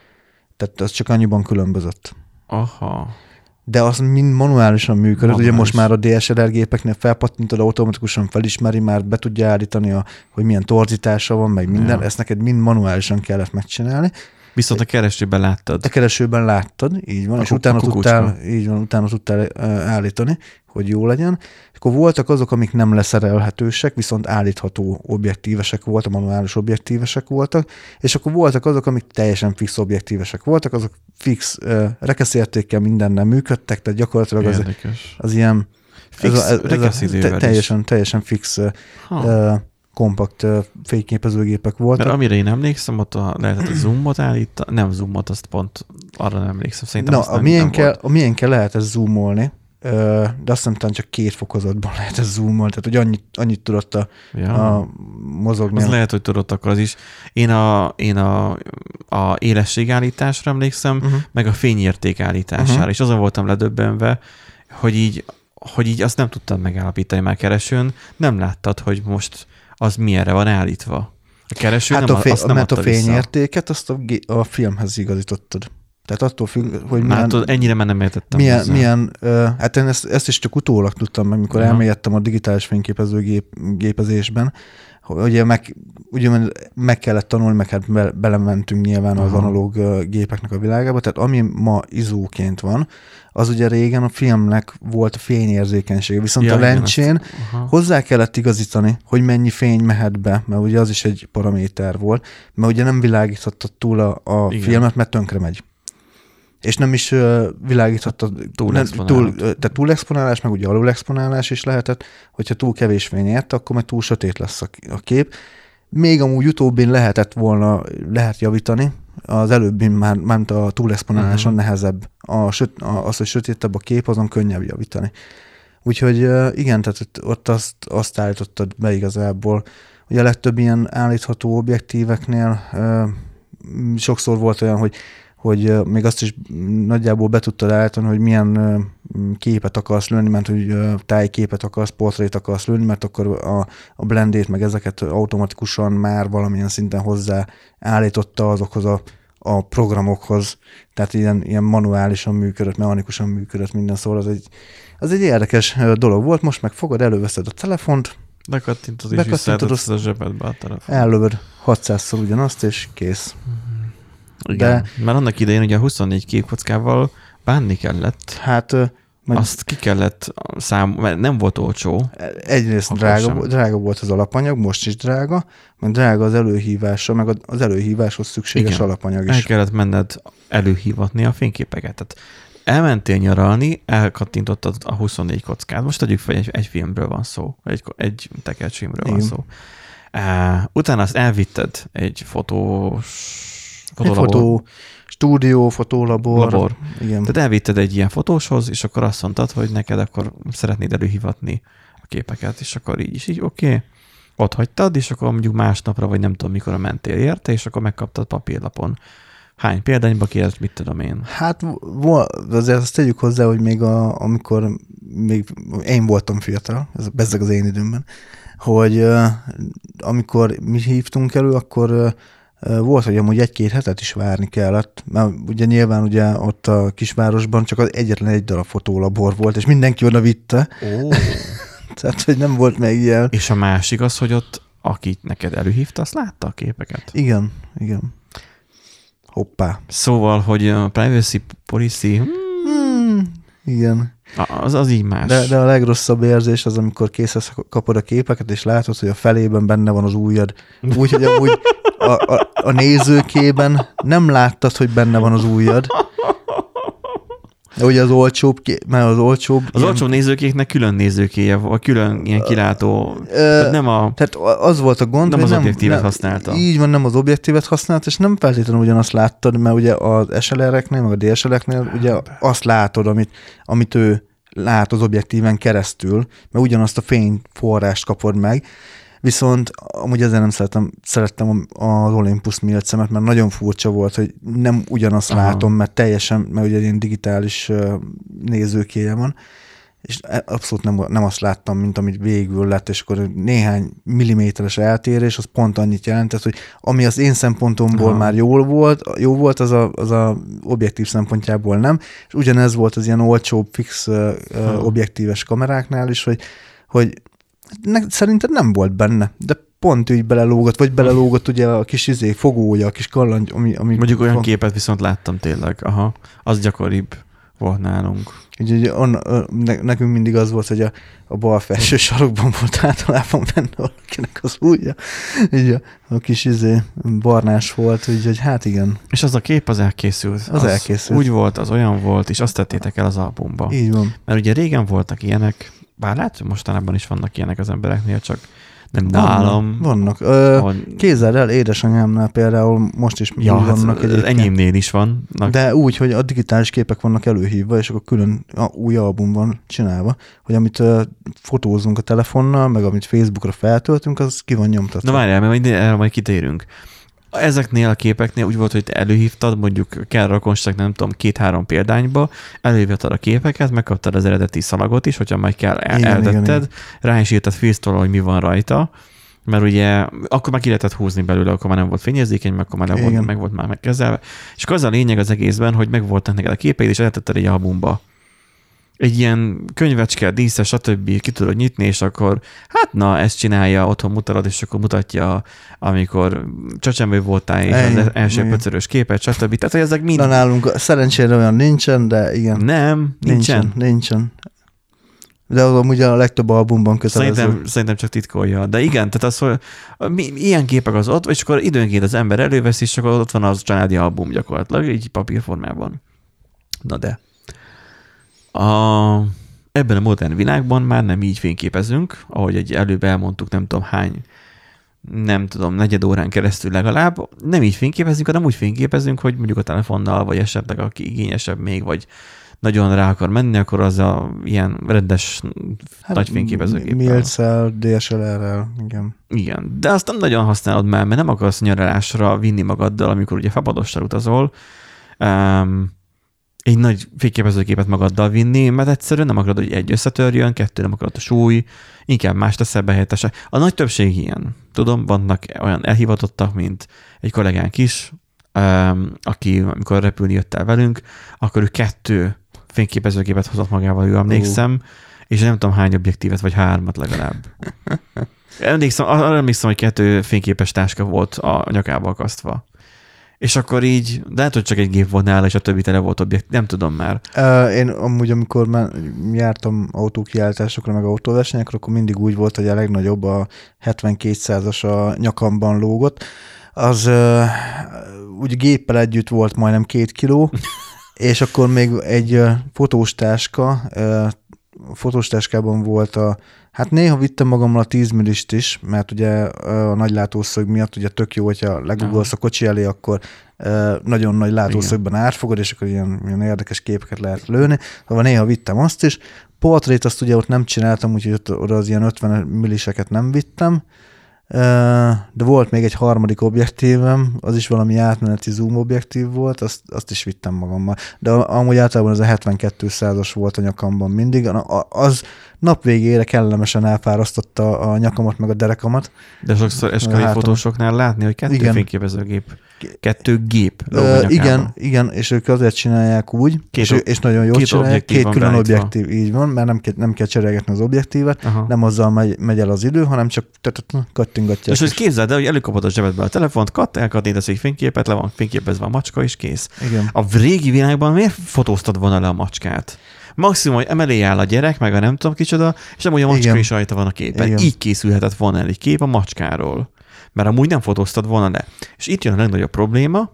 Tehát az csak annyiban különbözött. Aha. De az mind manuálisan működött. Manuális. Ugye most már a dé es el er gépeknél felpattintod, automatikusan felismeri, már be tudja állítani, a, hogy milyen torzítása van, meg minden. Ja. Ezt neked mind manuálisan kellett megcsinálni. Viszont a keresőben láttad. A keresőben láttad, így van, a és utána tudtál, így van, utána tudtál állítani, hogy jó legyen. És akkor voltak azok, amik nem leszerelhetősek, viszont állítható objektívesek voltak, manuális objektívesek voltak, és akkor voltak azok, amik teljesen fix objektívesek voltak, azok fix uh, rekeszértékkel mindennel működtek, tehát gyakorlatilag az, az ilyen fix ez a, ez a, te, teljesen, teljesen fix uh, kompakt uh, fényképezőgépek voltak. Mert amire én emlékszem, ott a, lehetett a zoomot állítani, nem zoomot, azt pont arra nem emlékszem. Szerintem Na, a milyenkel, a milyenkel lehet ezt zoomolni, de azt nem talán csak két fokozatban lehet ezt zoomolni, tehát hogy annyit, annyit tudott a, ja. a mozogni. Az lehet, hogy tudott akkor az is. Én a, én a, a élességállításra emlékszem, uh-huh. meg a fényérték állítására, uh-huh. és azon voltam ledöbbenve, hogy így, hogy így azt nem tudtam megállapítani már keresőn, nem láttad, hogy most az milyenre van állítva. A kereső hát nem, a fény, azt nem mert adta a fényértéket vissza. Azt a, a filmhez igazítottad. Tehát attól függ, hogy milyen... Hát ennyire már nem értettem. Milyen, milyen uh, hát én ezt, ezt is csak utólag tudtam meg, mikor uh-huh. elmélyedtem a digitális fényképezőgépezésben, ugye meg, ugye meg kellett tanulni, meg hát be, belementünk nyilván uh-huh. az analóg uh, gépeknek a világába, tehát ami ma izóként van, az ugye régen a filmnek volt a fényérzékenysége, viszont ja, a lencsén uh-huh. hozzá kellett igazítani, hogy mennyi fény mehet be, mert ugye az is egy paraméter volt, mert ugye nem világíthatta túl a, a filmet, mert tönkre megy. És nem is uh, világíthatta, túl, túl, tehát túlexponálás, meg ugye alulexponálás is lehetett, hogyha túl kevés fény ért, akkor meg túl sötét lesz a, a kép. Még amúgy utóbbin lehetett volna, lehet javítani, az előbbin már, már a túlexponáláson uh-huh. nehezebb, a, söt, a, az, hogy sötétebb a kép, azon könnyebb javítani. Úgyhogy uh, igen, tehát ott azt, azt állítottad be igazából, hogy a legtöbb ilyen állítható objektíveknél uh, sokszor volt olyan, hogy hogy még azt is nagyjából be tudtad állítani, hogy milyen képet akarsz lőni, mert hogy tájképet akarsz, portrét akarsz lőni, mert akkor a, a blendét, meg ezeket automatikusan már valamilyen szinten hozzá állította azokhoz a, a programokhoz. Tehát ilyen, ilyen manuálisan működött, mechanikusan működött minden, szóval az egy, az egy érdekes dolog volt. Most meg fogod, előveszed a telefont, bekattintod és visszaadod a zsebedbe a telefon. Ellövöd hatszázszor ugyanazt, és kész. Igen, de, mert annak idején ugye a huszonnégy képkockával bánni kellett. Hát... Meg, azt ki kellett szám, mert nem volt olcsó. Egyrészt drága, drága volt az alapanyag, most is drága, meg drága az előhívása, meg az előhíváshoz szükséges igen, alapanyag is. El kellett menned előhívatni a fényképeket. Tehát elmentél nyaralni, elkattintottad a huszonnégy kockát. Most tegyük fel, egy, egy filmről van szó, egy, egy tekercsfilmről van szó. Uh, utána azt elvitted egy fotós Egy fotó, stúdió, fotólabor. Labor. Igen. Tehát elvitted egy ilyen fotóshoz, és akkor azt mondtad, hogy neked akkor szeretnéd előhívatni a képeket, és akkor így is így oké. Okay. Ott hagytad, és akkor mondjuk másnapra, vagy nem tudom mikor mentél érte, és akkor megkaptad papírlapon. Hány példányba kért, mit tudom én? Hát azért azt tegyük hozzá, hogy még a, amikor még én voltam fiatal, ez bezzeg az én időmben, hogy uh, amikor mi hívtunk elő, akkor uh, volt, hogy amúgy egy-két hetet is várni kellett, mert ugye nyilván ugye ott a kisvárosban csak az egyetlen egy darab fotólabor volt, és mindenki oda vitte. Oh. Tehát, hogy nem volt még ilyen. És a másik az, hogy ott, aki neked előhívta, azt látta a képeket. Igen, igen. Hoppá. Szóval, hogy a privacy policy... Hmm, igen. Az, az így más. De, de a legrosszabb érzés az, amikor készhez kapod a képeket, és látod, hogy a felében benne van az ujjad. Úgyhogy amúgy a, a, a nézőkében nem láttad, hogy benne van az ujjad. Ugye az olcsóbb, mert az olcsóbb... Az ilyen... olcsóbb nézőkéknek külön nézőkéje, vagy külön ilyen kilátó... Ö, tehát nem a... Tehát az volt a gond, nem hogy az objektívet nem, használta. Így van, nem az objektívet használt, és nem feltétlenül ugyanazt láttad, mert ugye az es el er-eknél, meg a dé es el er-eknél ugye azt látod, amit, amit ő lát az objektíven keresztül, mert ugyanazt a fényforrást kapod meg. Viszont amúgy ezzel nem szeretem, szerettem az Olympus Milcemet, mert nagyon furcsa volt, hogy nem ugyanazt aha. látom, mert teljesen, mert ugye ilyen digitális nézőkéje van, és abszolút nem, nem azt láttam, mint amit végül lett, és akkor néhány milliméteres eltérés, az pont annyit jelentett, hogy ami az én szempontomból aha. már jól volt, jó volt, az a, az a objektív szempontjából nem, és ugyanez volt az ilyen olcsóbb, fix uh, objektíves kameráknál is, hogy, hogy ne, szerinted nem volt benne, de pont így belelógott, vagy belelógott ugye a kis izé, fogója, a kis kallangy, ami... ami mondjuk olyan fog... képet viszont láttam tényleg, aha, az gyakoribb volt nálunk. Úgyhogy on, ne, nekünk mindig az volt, hogy a, a bal felső sarokban volt általában benne valakinek az ujja, így a, a kis izé barnás volt, úgyhogy hát igen. És az a kép az elkészült. Az, az elkészült. Úgy volt, az olyan volt, és azt tettétek el az albumba. Így van. Mert ugye régen voltak ilyenek, bár lehet, hogy mostanában is vannak ilyenek az embereknél, csak nem vannak, nálam. Vannak. Ö, ahol... Képzeld el, édesanyámnál például most is ja, vannak hát egyébként. Enyémnél is van. De úgy, hogy a digitális képek vannak előhívva, és akkor külön a új album van csinálva, hogy amit uh, fotózunk a telefonnal, meg amit Facebookra feltöltünk, az ki van nyomtatva. Na várjál, mert erre majd kitérünk. Ezeknél a képeknél úgy volt, hogy te előhívtad, mondjuk kell rakonság, nem tudom, két-három példányba, előhívtad a képeket, megkaptad az eredeti szalagot is, hogyha majd kell el- igen, elvetted, igen, rá is írtad filztól, hogy mi van rajta, mert ugye akkor már ki lehetett húzni belőle, akkor már nem volt fényérzékeny, meg akkor már meg volt, meg volt már megkezelve. És az a lényeg az egészben, hogy megvoltak neked a képeid, és eltetted egy albumba. Egy ilyen könyvecske, díszes, stb. Ki tudod nyitni, és akkor hát na, ezt csinálja, otthon mutatod, és akkor mutatja, amikor csecsemő voltál, és Ej, az első pöcörös képet, stb. Tehát, hogy ezek mind... Na nálunk szerencsére olyan nincsen, de igen. Nem, nincsen. Nincsen. nincsen. De amúgy a legtöbb albumban kötelező. Szerintem, szerintem csak titkolja. De igen, tehát az, hogy mi, ilyen képek az ott, és akkor időnként az ember előveszi, és akkor ott van az családi album gyakorlatilag, így papírformában. Na de. A, ebben a modern világban már nem így fényképezünk, ahogy egy előbb elmondtuk, nem tudom hány, nem tudom, negyed órán keresztül legalább. Nem így fényképezünk, hanem úgy fényképezünk, hogy mondjuk a telefonnal, vagy esetleg aki igényesebb még, vagy nagyon rá akar menni, akkor az a ilyen rendes hát, nagy fényképezőgéppel. Milcel, dé es el er-rel, igen. Igen, de azt nem nagyon használod már, mert nem akarsz nyaralásra vinni magaddal, amikor ugye fapadossal utazol, um, egy nagy fényképezőgépet magaddal vinni, mert egyszerűen nem akarod, hogy egy összetörjön, kettő nem akarod a súly, inkább más teszel be helyettese. A nagy többség ilyen. Tudom, vannak olyan elhivatottak, mint egy kollégánk is, um, aki amikor repülni jött el velünk, akkor ő kettő fényképezőgépet hozott magával, ő emlékszem, uh. és nem tudom hány objektívet, vagy hármat legalább. Emlékszem, arra emlékszem, hogy kettő fényképes táska volt a nyakába akasztva. És akkor így, de lehet, hogy csak egy gép volt nála, és a többi tele volt objektív, nem tudom már. Uh, én amúgy, amikor már jártam autókiállításokra, meg autóversenyekre, akkor mindig úgy volt, hogy a legnagyobb a hetvenkétszázas a nyakamban lógott. Az uh, úgy géppel együtt volt majdnem két kiló, és akkor még egy uh, fotóstáska, uh, fotóstáskában volt a, hát néha vittem magammal a tíz millist is, mert ugye a nagy látószög miatt ugye tök jó, hogyha legugolsz a kocsi elé, akkor uh, nagyon nagy látószögben átfogod, és akkor ilyen, ilyen érdekes képeket lehet lőni. Szóval néha vittem azt is. Portrét azt ugye ott nem csináltam, úgyhogy ott, oda az ilyen ötven milliseket nem vittem. De volt még egy harmadik objektívem, az is valami átmeneti zoom objektív volt, azt, azt is vittem magammal. De amúgy általában az a hetvenkétszázas volt a nyakamban mindig, az nap végére kellemesen elfárasztotta a nyakamat meg a derekamat. De sokszor eskai fotósoknál látni, hogy kettő igen. fényképezőgép, kettő gép lóg a Igen, igen, és ők azért csinálják úgy, két, és, és nagyon jól csinálják, két külön beállítva. Objektív, így van, mert nem kell, nem kell cserélgetni az objektívet, aha. nem azzal megy, megy el az idő, hanem csak kattingatják. És hogy képzeld el, hogy előkapod a zsebedbe a telefont, kat, elkattintasz egy fényképet, le van fényképezve a macska, és kész. Igen. A régi világban miért fotóztad volna le a macskát? Maximum, hogy emelé áll a gyerek, meg a nem tudom kicsoda, és amúgy a macska igen. is rajta van a képen. Igen. Így készülhetett volna el egy kép a macskáról. Mert amúgy nem fotóztad volna le. És itt jön a legnagyobb probléma,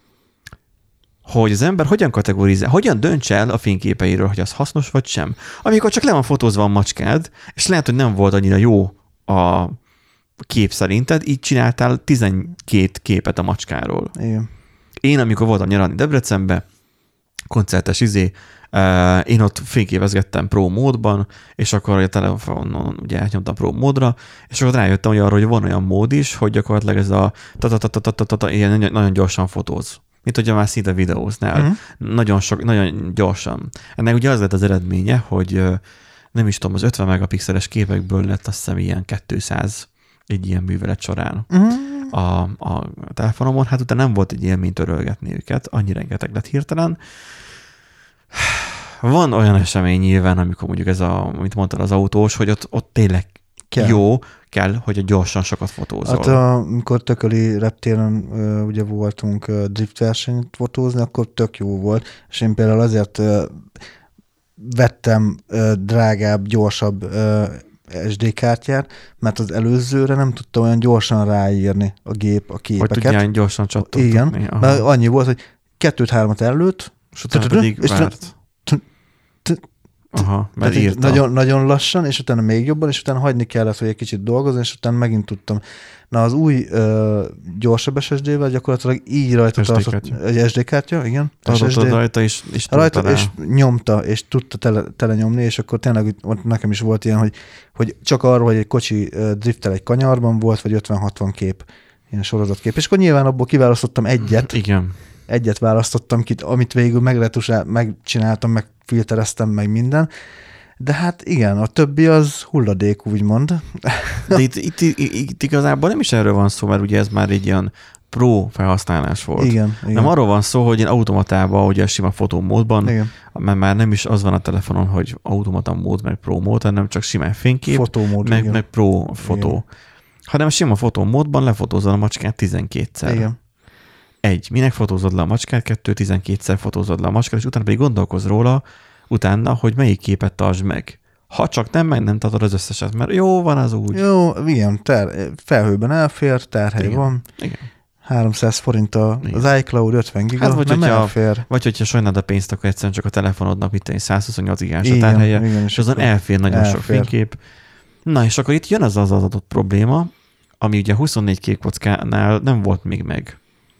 hogy az ember hogyan kategorizál, hogyan dönts el a fényképeiről, hogy az hasznos vagy sem. Amikor csak le van fotózva a macskád, és lehet, hogy nem volt annyira jó a kép szerinted, így csináltál tizenkét képet a macskáról. Igen. Én, amikor voltam nyaralni Debrecenbe, koncertes izé, Uh, én ott fényképezgettem Pro módban, és akkor a telefonon ugye átnyomtam Pro módra, és akkor rájöttem, hogy arra, hogy van olyan mód is, hogy gyakorlatilag ez a ta-ta-ta-ta-ta-ta ilyen nagyon gyorsan fotóz. Mint hogyha már szinte videóznál. Uh-huh. Nagyon, sok, nagyon gyorsan. Ennek ugye az lett az eredménye, hogy nem is tudom, az ötven megapixeles képekből lett azt hiszem ilyen kétszáz egy ilyen művelet során. Uh-huh. A, a telefonomon, hát utána nem volt egy élmény törölgetni őket, annyi rengeteg lett hirtelen. Van olyan esemény nyilván, amikor mondjuk ez a, amit mondtad az autós, hogy ott, ott tényleg kell. jó kell, hogy gyorsan sokat fotózol. Hát amikor Tököli reptéren uh, ugye voltunk uh, drift versenyt fotózni, akkor tök jó volt, és én például azért uh, vettem uh, drágább, gyorsabb uh, es dé kártyát, mert az előzőre nem tudta olyan gyorsan ráírni a gép a képeket. Hogy tudján gyorsan csattogtatni. Igen, mert annyi volt, hogy kettőt-hármat előtt, és utána pedig várt. Aha, mert írta. Nagyon, nagyon lassan, és utána még jobban, és utána hagyni kellett, hogy egy kicsit dolgozni, és utána megint tudtam. Na, az új uh, gyorsabb es es dé-vel gyakorlatilag így rajta tartott egy es dé kártya, igen. Tartottad rajta, és, és rajta, rá. És nyomta, és tudta tele, tele nyomni, és akkor tényleg nekem is volt ilyen, hogy, hogy csak arról, hogy egy kocsi uh, driftel egy kanyarban volt, vagy ötven-hatvan kép, ilyen sorozatkép. És akkor nyilván abból kiválasztottam egyet. Igen. Egyet választottam ki, amit végül megretusál, megcsináltam, megfiltereztem, meg minden. De hát igen, a többi az hulladék, úgymond. De itt, itt, itt, itt igazából nem is erről van szó, mert ugye ez már egy ilyen pro felhasználás volt. Igen, igen. Nem arról van szó, hogy én automatában, ugye a sima fotómódban, igen. Mert már nem is az van a telefonon, hogy automata mód, meg pro mód, hanem csak simán fénykép, fotómód, meg, meg pro fotó. Igen. Hanem a sima fotómódban lefotózod a macskát tizenkétszer. Igen. Egy, minek fotózod le a macskát, kettő, tizenkétszer fotózod le a macskát, és utána pedig gondolkozz róla, utána, hogy melyik képet tartsd meg. Ha csak nem, meg nem tartod az összeset, mert jó van az úgy. Jó, igen, ter, felhőben elfér, tárhely igen. van. Igen. háromszáz forint az iCloud, ötven giga, hát, vagy nem hogyha, elfér. Vagy hogyha sajnálod a pénzt, akkor egyszerűen csak a telefonodnak itt száz huszonnyolc gigás a tárhelye, igen, és azon elfér nagyon elfér. Sok fénykép. Na, és akkor itt jön az az adott probléma, ami ugye huszonnégy kék kockánál nem volt még meg.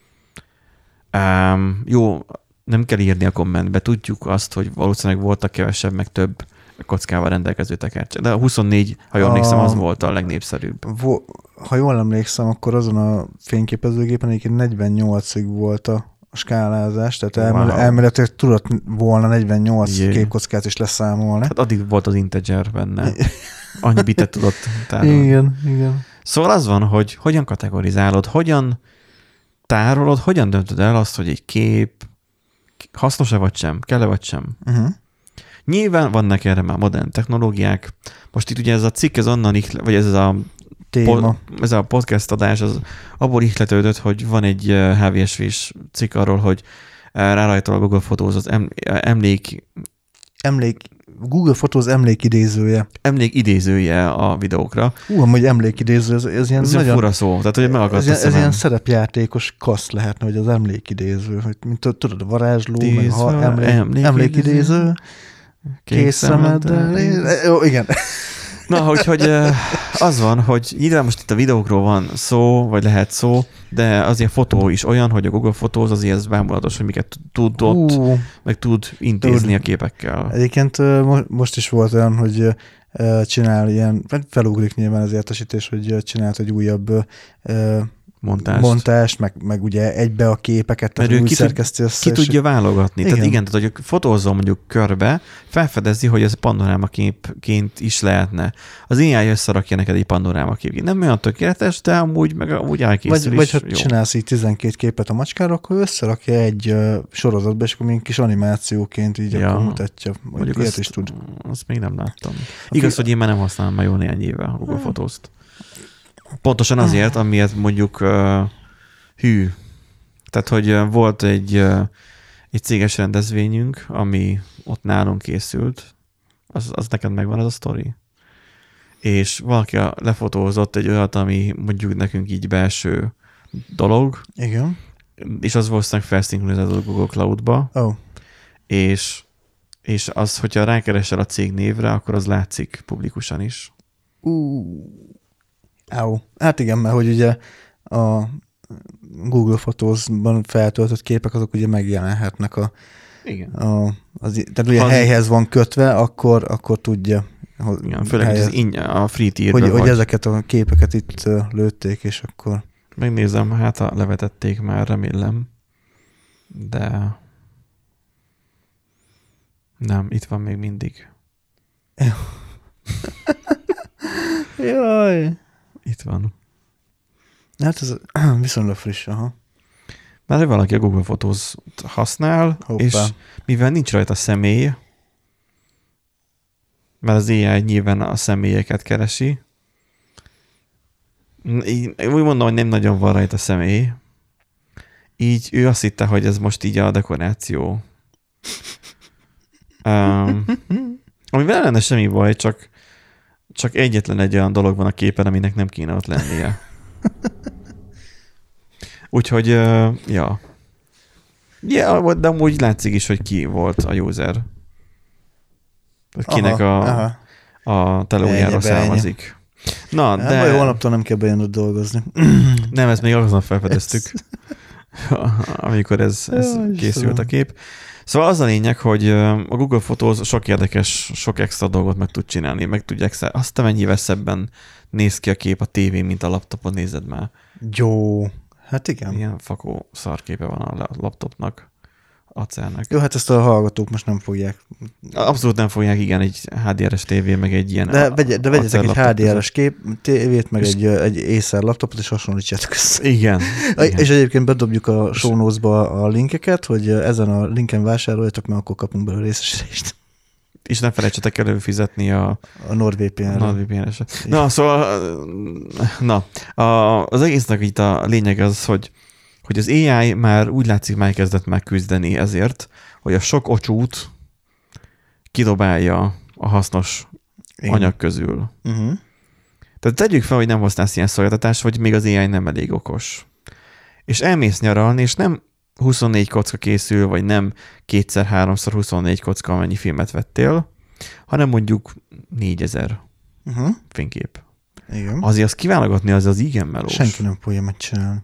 Um, jó, nem kell írni a kommentbe, tudjuk azt, hogy valószínűleg voltak kevesebb, meg több kockával rendelkező tekercsek. De a huszonnégy, ha jól emlékszem, az volt a legnépszerűbb. Vo- ha jól emlékszem, akkor azon a fényképezőgépen egyébként negyvennyolcig volt a skálázás, tehát wow. elméletileg tudott volna negyvennyolc Jé. képkockát is leszámolni. Hát addig volt az integer benne. Annyi bitet tudott tárolni. Igen, igen. Szóval az van, hogy hogyan kategorizálod, hogyan tárolod, hogyan döntöd el azt, hogy egy kép hasznos-e vagy sem, kell-e vagy sem. Uh-huh. Nyilván vannak erre már modern technológiák. Most itt ugye ez a cikk, ez onnan, vagy ez a, po, ez a podcast adás, az abból ihletődött, hogy van egy há vé es vé-s cikk arról, hogy rárajtol a Google Photos az emlék... Emlék... Google Photos emlékidézője. Emlékidézője a videókra. Hú, amúgy emlékidéző, ez, ez ilyen ez nagyon... fura szó, tehát hogy megakadt ez, ez ilyen szerepjátékos kaszt lehetne, hogy az emlékidéző. Hogy, mint tudod, a varázsló, Tíz meg ha emlék, emlékidéző. emlékidéző. Kész szemeddel. Jó, igen. Na, úgyhogy az van, hogy nyilván most itt a videókról van szó, vagy lehet szó, de azért fotó is olyan, hogy a Google Photos azért ez bámulatos, hogy miket tud ott, uh, meg tud intézni tud. a képekkel. Egyébként most is volt olyan, hogy csinál ilyen, felugrik nyilván az értesítés, hogy csinált egy újabb montást, montást meg, meg ugye egybe a képeket, tehát úgy szerkeszti össze. Ki tudja válogatni. Igen. Tehát igen, tehát hogy fotózzon mondjuk körbe, felfedezi, hogy ez panorámaképként is lehetne. Az á i összerakja neked egy panorámaképként. Nem olyan tökéletes, de amúgy, meg amúgy elkészül vagy, is. Vagy ha csinálsz így tizenkét képet a macskára, akkor összerakja egy uh, sorozatba, és akkor még kis animációként így ja. akkor mutatja. Mondjuk ilyet is tud. Azt még nem láttam. Okay. Igaz, hogy én már nem használom már jó néhány éve a Google Photos-t. Pontosan azért, amiért mondjuk uh, hű. Tehát, hogy uh, volt egy, uh, egy céges rendezvényünk, ami ott nálunk készült. Az, az neked megvan az a sztori? És valaki lefotózott egy olyat, ami mondjuk nekünk így belső dolog. Igen. És az valószínűleg felszinkronizálódott a Google Cloud-ba. Oh. És, és az, hogyha rákeresel a cég névre, akkor az látszik publikusan is. Uh. Áó. Hát igen, mert hogy ugye a Google Photos-ban feltöltött képek, azok ugye megjelenhetnek a... Igen. A, az, tehát ugye ha helyhez van kötve, akkor, akkor tudja. Igen, főleg helyhez, az in, a free tier-ben hogy, hogy ezeket a képeket itt lőtték, és akkor... Megnézem, hát ha levetették már, remélem. De... Nem, itt van még mindig. Jaj. Itt van. Hát ez viszonylag friss, aha. Mert valaki a Google Photos használ, Hoppá. És mivel nincs rajta személy, mert az á i nyilván a személyeket keresi, így, úgy mondom, hogy nem nagyon van rajta személy, így ő azt hitte, hogy ez most így a dekoráció. Um, amivel lenne semmi baj, csak Csak egyetlen egy olyan dolog van a képen, aminek nem kéne ott lennie. Úgyhogy, uh, ja. Ja, de amúgy látszik is, hogy ki volt a user. Kinek aha, a, aha. a telójára származik. Na, de... de... Majd holnaptól nem kell bejönnöd dolgozni. Nem, ezt még aznap felfedeztük. Amikor ez, ez ja, készült a kép. Szóval az a lényeg, hogy a Google Photos sok érdekes, sok extra dolgot meg tud csinálni, meg tudja extra. Azt te mennyivel szebben néz ki a kép a tévén, mint a laptopon, nézed már. Jó, hát igen. Ilyen fakó szarképe van a laptopnak. Acernek. Jó, hát ezt a hallgatók most nem fogják. Abszolút nem fogják, igen, egy há dé er-es tévé, meg egy ilyen De, vegye, de vegyetek egy há dé er-es kép, tévét, meg és egy, egy Acer laptopot, és hasonlítsátok össze. Igen, igen. És egyébként bedobjuk a show notes-ba a linkeket, hogy ezen a linken vásároljatok, mert akkor kapunk belőle részesítést. És nem felejtsetek előfizetni a, a NordVPN-re. NordVPN-re. Na, szóval, na, a, az egésznek itt a lényeg az, hogy, hogy az á i már úgy látszik, már kezdett megküzdeni ezért, hogy a sok ocsút kidobálja a hasznos Én. anyag közül. Uh-huh. Tehát tegyük fel, hogy nem használsz ilyen szolgáltatást, vagy még az á i nem elég okos. És elmész nyaralni, és nem huszonnégy kocka készül, vagy nem kétszer-háromszor huszonnégy kocka, amennyi filmet vettél, hanem mondjuk négyezer uh-huh. fénykép. Igen. Azért azt kiválogatni, az az igen melós. Senki nem fogja megcsinálni.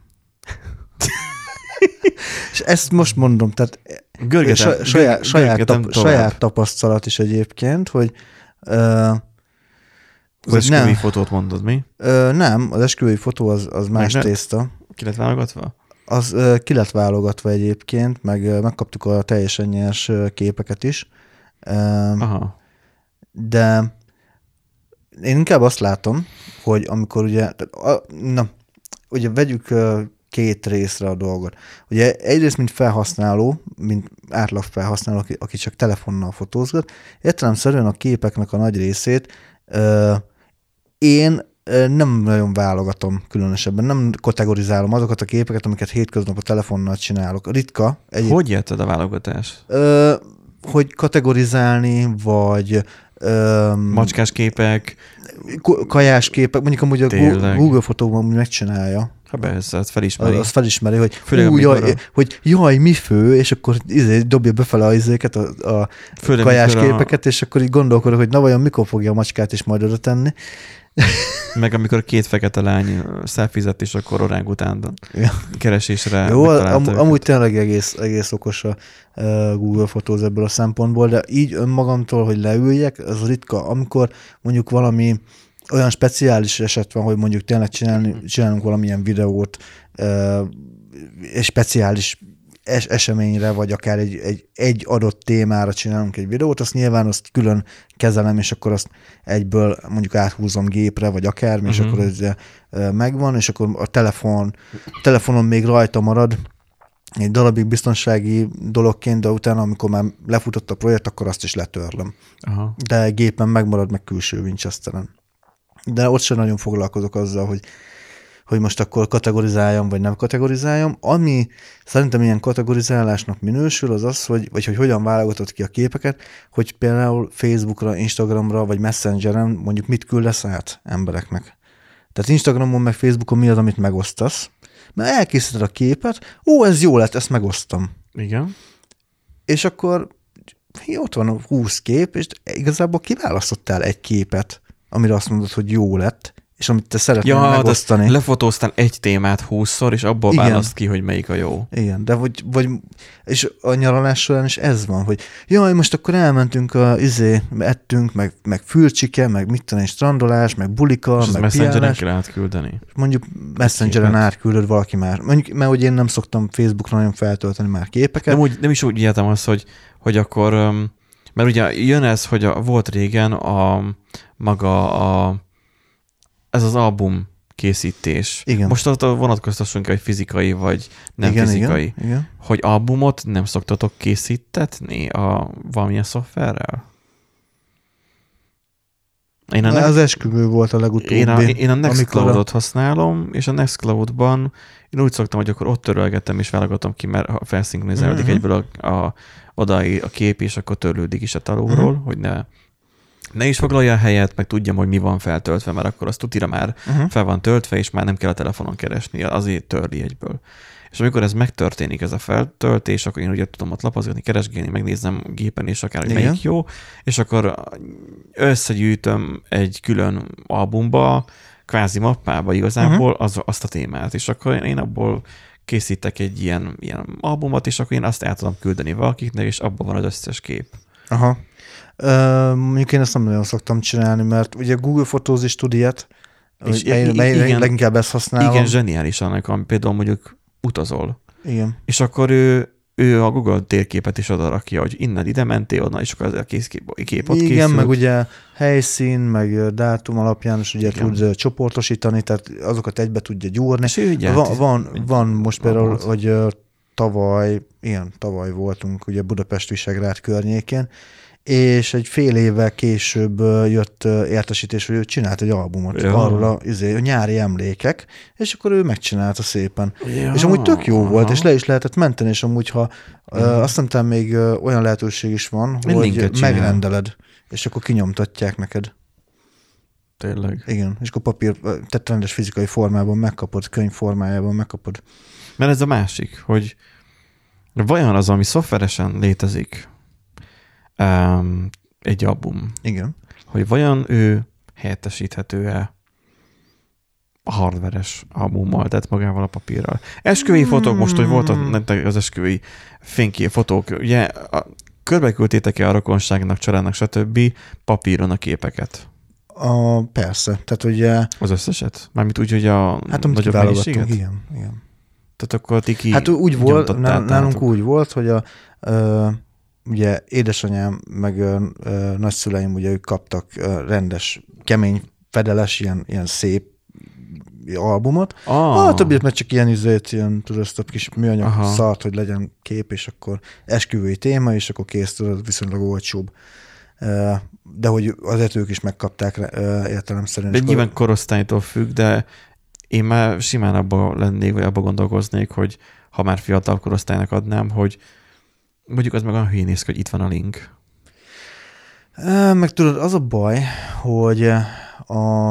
És ezt most mondom, tehát görgetem, saját, saját, tap, tovább. saját tapasztalat is egyébként, hogy uh, az esküvői fotót mondod, mi? Uh, nem, az esküvői fotó az, az más ne, tészta. Ki lett válogatva? Az uh, ki lett válogatva egyébként, meg uh, megkaptuk a teljesen nyers uh, képeket is. Uh, Aha. De én inkább azt látom, hogy amikor ugye, a, na, ugye vegyük uh, két részre a dolgot. Ugye egyrészt, mint felhasználó, mint átlag felhasználó, aki, aki csak telefonnal fotózgat, értelemszerűen a képeknek a nagy részét uh, én uh, nem nagyon válogatom különösebben, nem kategorizálom azokat a képeket, amiket hétköznap a telefonnal csinálok. Ritka. Egy, hogy jötted a válogatás? Uh, hogy kategorizálni, vagy um, macskás képek, kajás képek, mondjuk amúgy a Tényleg. Google fotóban megcsinálja. Ha persze, az felismeri. Az felismeri, hogy, Főleg, ú, jaj, a... hogy jaj, mi fő, és akkor izé, dobja befele a izéket, a, a kajás képeket, a... és akkor így gondolkodok, hogy na vajon mikor fogja a macskát is majd oda tenni. Meg amikor két fekete lány szelfizett, és akkor orángután ja. keresésre Jó, am, amúgy tényleg egész, egész okos a Google Fotóz ebből a szempontból, de így önmagamtól, hogy leüljek, az ritka, amikor mondjuk valami olyan speciális eset van, hogy mondjuk tényleg csinálni, csinálunk valamilyen videót egy speciális es- eseményre, vagy akár egy, egy, egy adott témára csinálunk egy videót, azt nyilván azt külön kezelem, és akkor azt egyből mondjuk áthúzom gépre, vagy akármi, uh-huh. és akkor ez megvan, és akkor a telefon, a telefonon még rajta marad egy darabig biztonsági dologként, de utána, amikor már lefutott a projekt, akkor azt is letörlöm. Uh-huh. De gépen megmarad, meg külső Winchesteren. De ott sem nagyon foglalkozok azzal, hogy, hogy most akkor kategorizáljam, vagy nem kategorizáljam. Ami szerintem ilyen kategorizálásnak minősül, az az, hogy, vagy hogy hogyan válogatod ki a képeket, hogy például Facebookra, Instagramra, vagy Messengeren mondjuk mit küldesz át embereknek. Tehát Instagramon, meg Facebookon mi az, amit megosztasz. Mert elkészíted a képet, ó, ez jó lett, ezt megosztam. Igen. És akkor ott van a húsz kép, és igazából kiválasztottál egy képet, amire azt mondod, hogy jó lett, és amit te szeretnél ja, megosztani. Lefotóztál egy témát húszszor, és abból Igen. választ ki, hogy melyik a jó. Igen, de vagy, vagy és a nyaralás során is ez van, hogy jaj, most akkor elmentünk, a, izé, ettünk, meg, meg fülcsike, meg mit tudom, strandolás, meg bulika, és meg Messengeren kell átküldeni. Mondjuk Messengeren átküldöd valaki már. Mondjuk, mert ugye én nem szoktam Facebookra nagyon feltölteni már képeket. Nem, úgy, nem is úgy értem azt, hogy, hogy akkor, mert ugye jön ez, hogy a, volt régen a maga a ez az album készítés. Igen. Most ott vonatkoztassunk, hogy fizikai vagy nem igen, fizikai. Igen, igen. Hogy albumot nem szoktatok készítetni a valamilyen szoftverrel? Én a ne- az esküvő volt a legutóbbi. Én a, én a Nextcloud-ot a... használom, és a Nextcloud-ban én úgy szoktam, hogy akkor ott törölgetem és válogatom ki, mert felszinkronizálódik uh-huh. egyből a, a, oda a kép, és akkor törlődik is a talóról, uh-huh. hogy ne Ne is foglalja a helyet, meg tudjam, hogy mi van feltöltve, mert akkor azt tutira már uh-huh. fel van töltve, és már nem kell a telefonon keresni, azért törli egyből. És amikor ez megtörténik, ez a feltöltés, akkor én ugye tudom ott lapozgatni, keresgélni, megnézem gépen, és akár, hogy Igen. melyik jó, és akkor összegyűjtöm egy külön albumba, kvázi mappába igazából uh-huh. az, azt a témát, és akkor én abból készítek egy ilyen, ilyen albumot, és akkor én azt el tudom küldeni valakiknek, és abban van az összes kép. Aha. Uh, mondjuk én ezt nem nagyon szoktam csinálni, mert ugye Google Fotóz is tud ilyet, és én igen, leginkább ezt használom. Igen, zseniális annak, ami például mondjuk utazol. Igen. És akkor ő ő a Google térképet is oda rakja, hogy innen ide mentél, onnan is akkor az a kész kép, kép ott Igen, készült. meg ugye helyszín, meg dátum alapján is ugye Igen. tud csoportosítani, tehát azokat egybe tudja gyúrni. Van, van, van most például, volt. hogy tavaly, ilyen tavaly voltunk ugye Budapest-Visegrád környékén, és egy fél évvel később jött értesítés, hogy ő csinált egy albumot ja. arról a, izé, a nyári emlékek, és akkor ő megcsinálta szépen. Ja. És amúgy tök jó volt, és le is lehetett menteni, és amúgy, ha ja. uh, azt hiszem még uh, olyan lehetőség is van, Én hogy megrendeled, és akkor kinyomtatják neked. Tényleg. Igen, és akkor papír, tehát rendes fizikai formában megkapod, könyv formájában megkapod. Mert ez a másik, hogy vajon az, ami szoftveresen létezik, Um, egy album. Igen. Hogy vajon ő helyettesíthető-e a hardveres albummal, tehát magával a papírral. Esküvői mm. fotók, most, hogy volt az esküvői fénykép fotók, ugye a, körbeküldtétek-e a rokonságnak, családnak, stb. Papíron a képeket? A, persze. Tehát ugye... Az összeset? Mármint úgy, hogy a hát, nagyobb mennyiséget? Igen, igen. Tehát akkor ti ki Hát úgy volt, nálunk úgy volt, hogy a ö, ugye édesanyám, meg ö, ö, nagyszüleim, ugye ők kaptak ö, rendes, kemény, fedeles, ilyen, ilyen szép albumot. Ah. A többiet meg csak ilyen izét, ilyen tudod, kis műanyag Aha. szart, hogy legyen kép, és akkor esküvői téma, és akkor kész, tudod, viszonylag olcsóbb. De hogy azért ők is megkapták értelemszerűen. De nyilván korosztálytól függ, de én már simán abban lennék, vagy abban gondolkoznék, hogy ha már fiatal korosztálynak adnám, hogy mondjuk az meg olyan hülyén néz ki, hogy itt van a link. Meg tudod, az a baj, hogy a,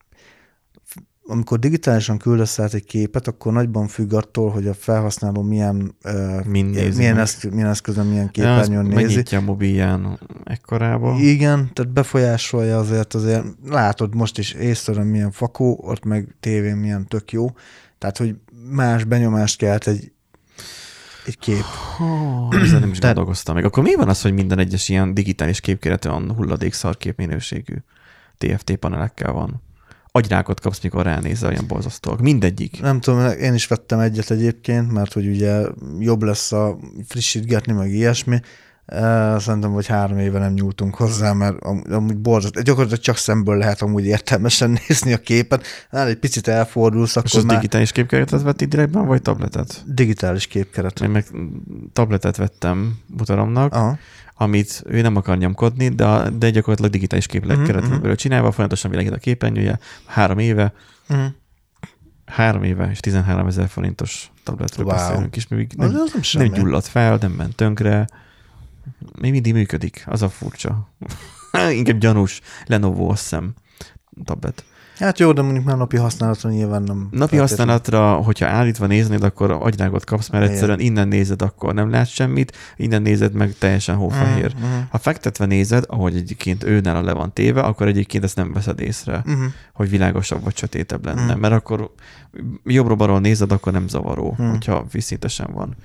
amikor digitálisan küldesz át egy képet, akkor nagyban függ attól, hogy a felhasználó milyen, milyen, eszköz, milyen eszközön, milyen képernyőn nézi. Megnyitja a mobilján ekkorába. Igen, tehát befolyásolja azért, azért látod most is észre, milyen fakó, ott meg tévén milyen tök jó. Tehát, hogy más benyomást kelt egy egy kép. Oh, ezzel nem is Te... gondolkoztam meg. Akkor mi van az, hogy minden egyes ilyen digitális képkérete olyan hulladék szarkép minőségű té ef té panelekkel van? Agyrákot kapsz, mikor ránézel, olyan borzasztóak. Mindegyik. Nem tudom, én is vettem egyet egyébként, mert hogy ugye jobb lesz a frissítgetni, meg ilyesmi. Szerintem, hogy három éve nem nyúltunk hozzá, mert amúgy borzasztó. Gyakorlatilag csak szemből lehet amúgy értelmesen nézni a képet. Hát egy picit elfordulsz, akkor és az már... digitális képkeretet vettél direktben, vagy tabletet? Digitális képkeret. Én meg tabletet vettem butoromnak, Aha. amit ő nem akar nyomkodni, de, de gyakorlatilag digitális képkeret uh-huh. belőle csinálva, folyamatosan világít a képernyője, három éve, uh-huh. három éve és tizenhárom ezer forintos tabletről wow. beszélünk is, még nem, nem, nem gyulladt fel, nem ment tönkre, még mindig működik, az a furcsa. Inkább gyanús Lenovo, azt hiszem, tablet. Hát jó, de mondjuk már napi használatra nyilván nem. Napi feltétlenül. Használatra, hogyha állítva néznéd, akkor agyrágot kapsz, mert egyszerűen innen nézed, akkor nem látsz semmit, innen nézed meg teljesen hófehér. Uh-huh. Ha fektetve nézed, ahogy egyébként őnála le van téve, akkor egyébként ezt nem veszed észre, uh-huh. hogy világosabb vagy sötétebb lenne. Uh-huh. Mert akkor jobbra-balról nézed, akkor nem zavaró, uh-huh. hogyha vízszintesen van.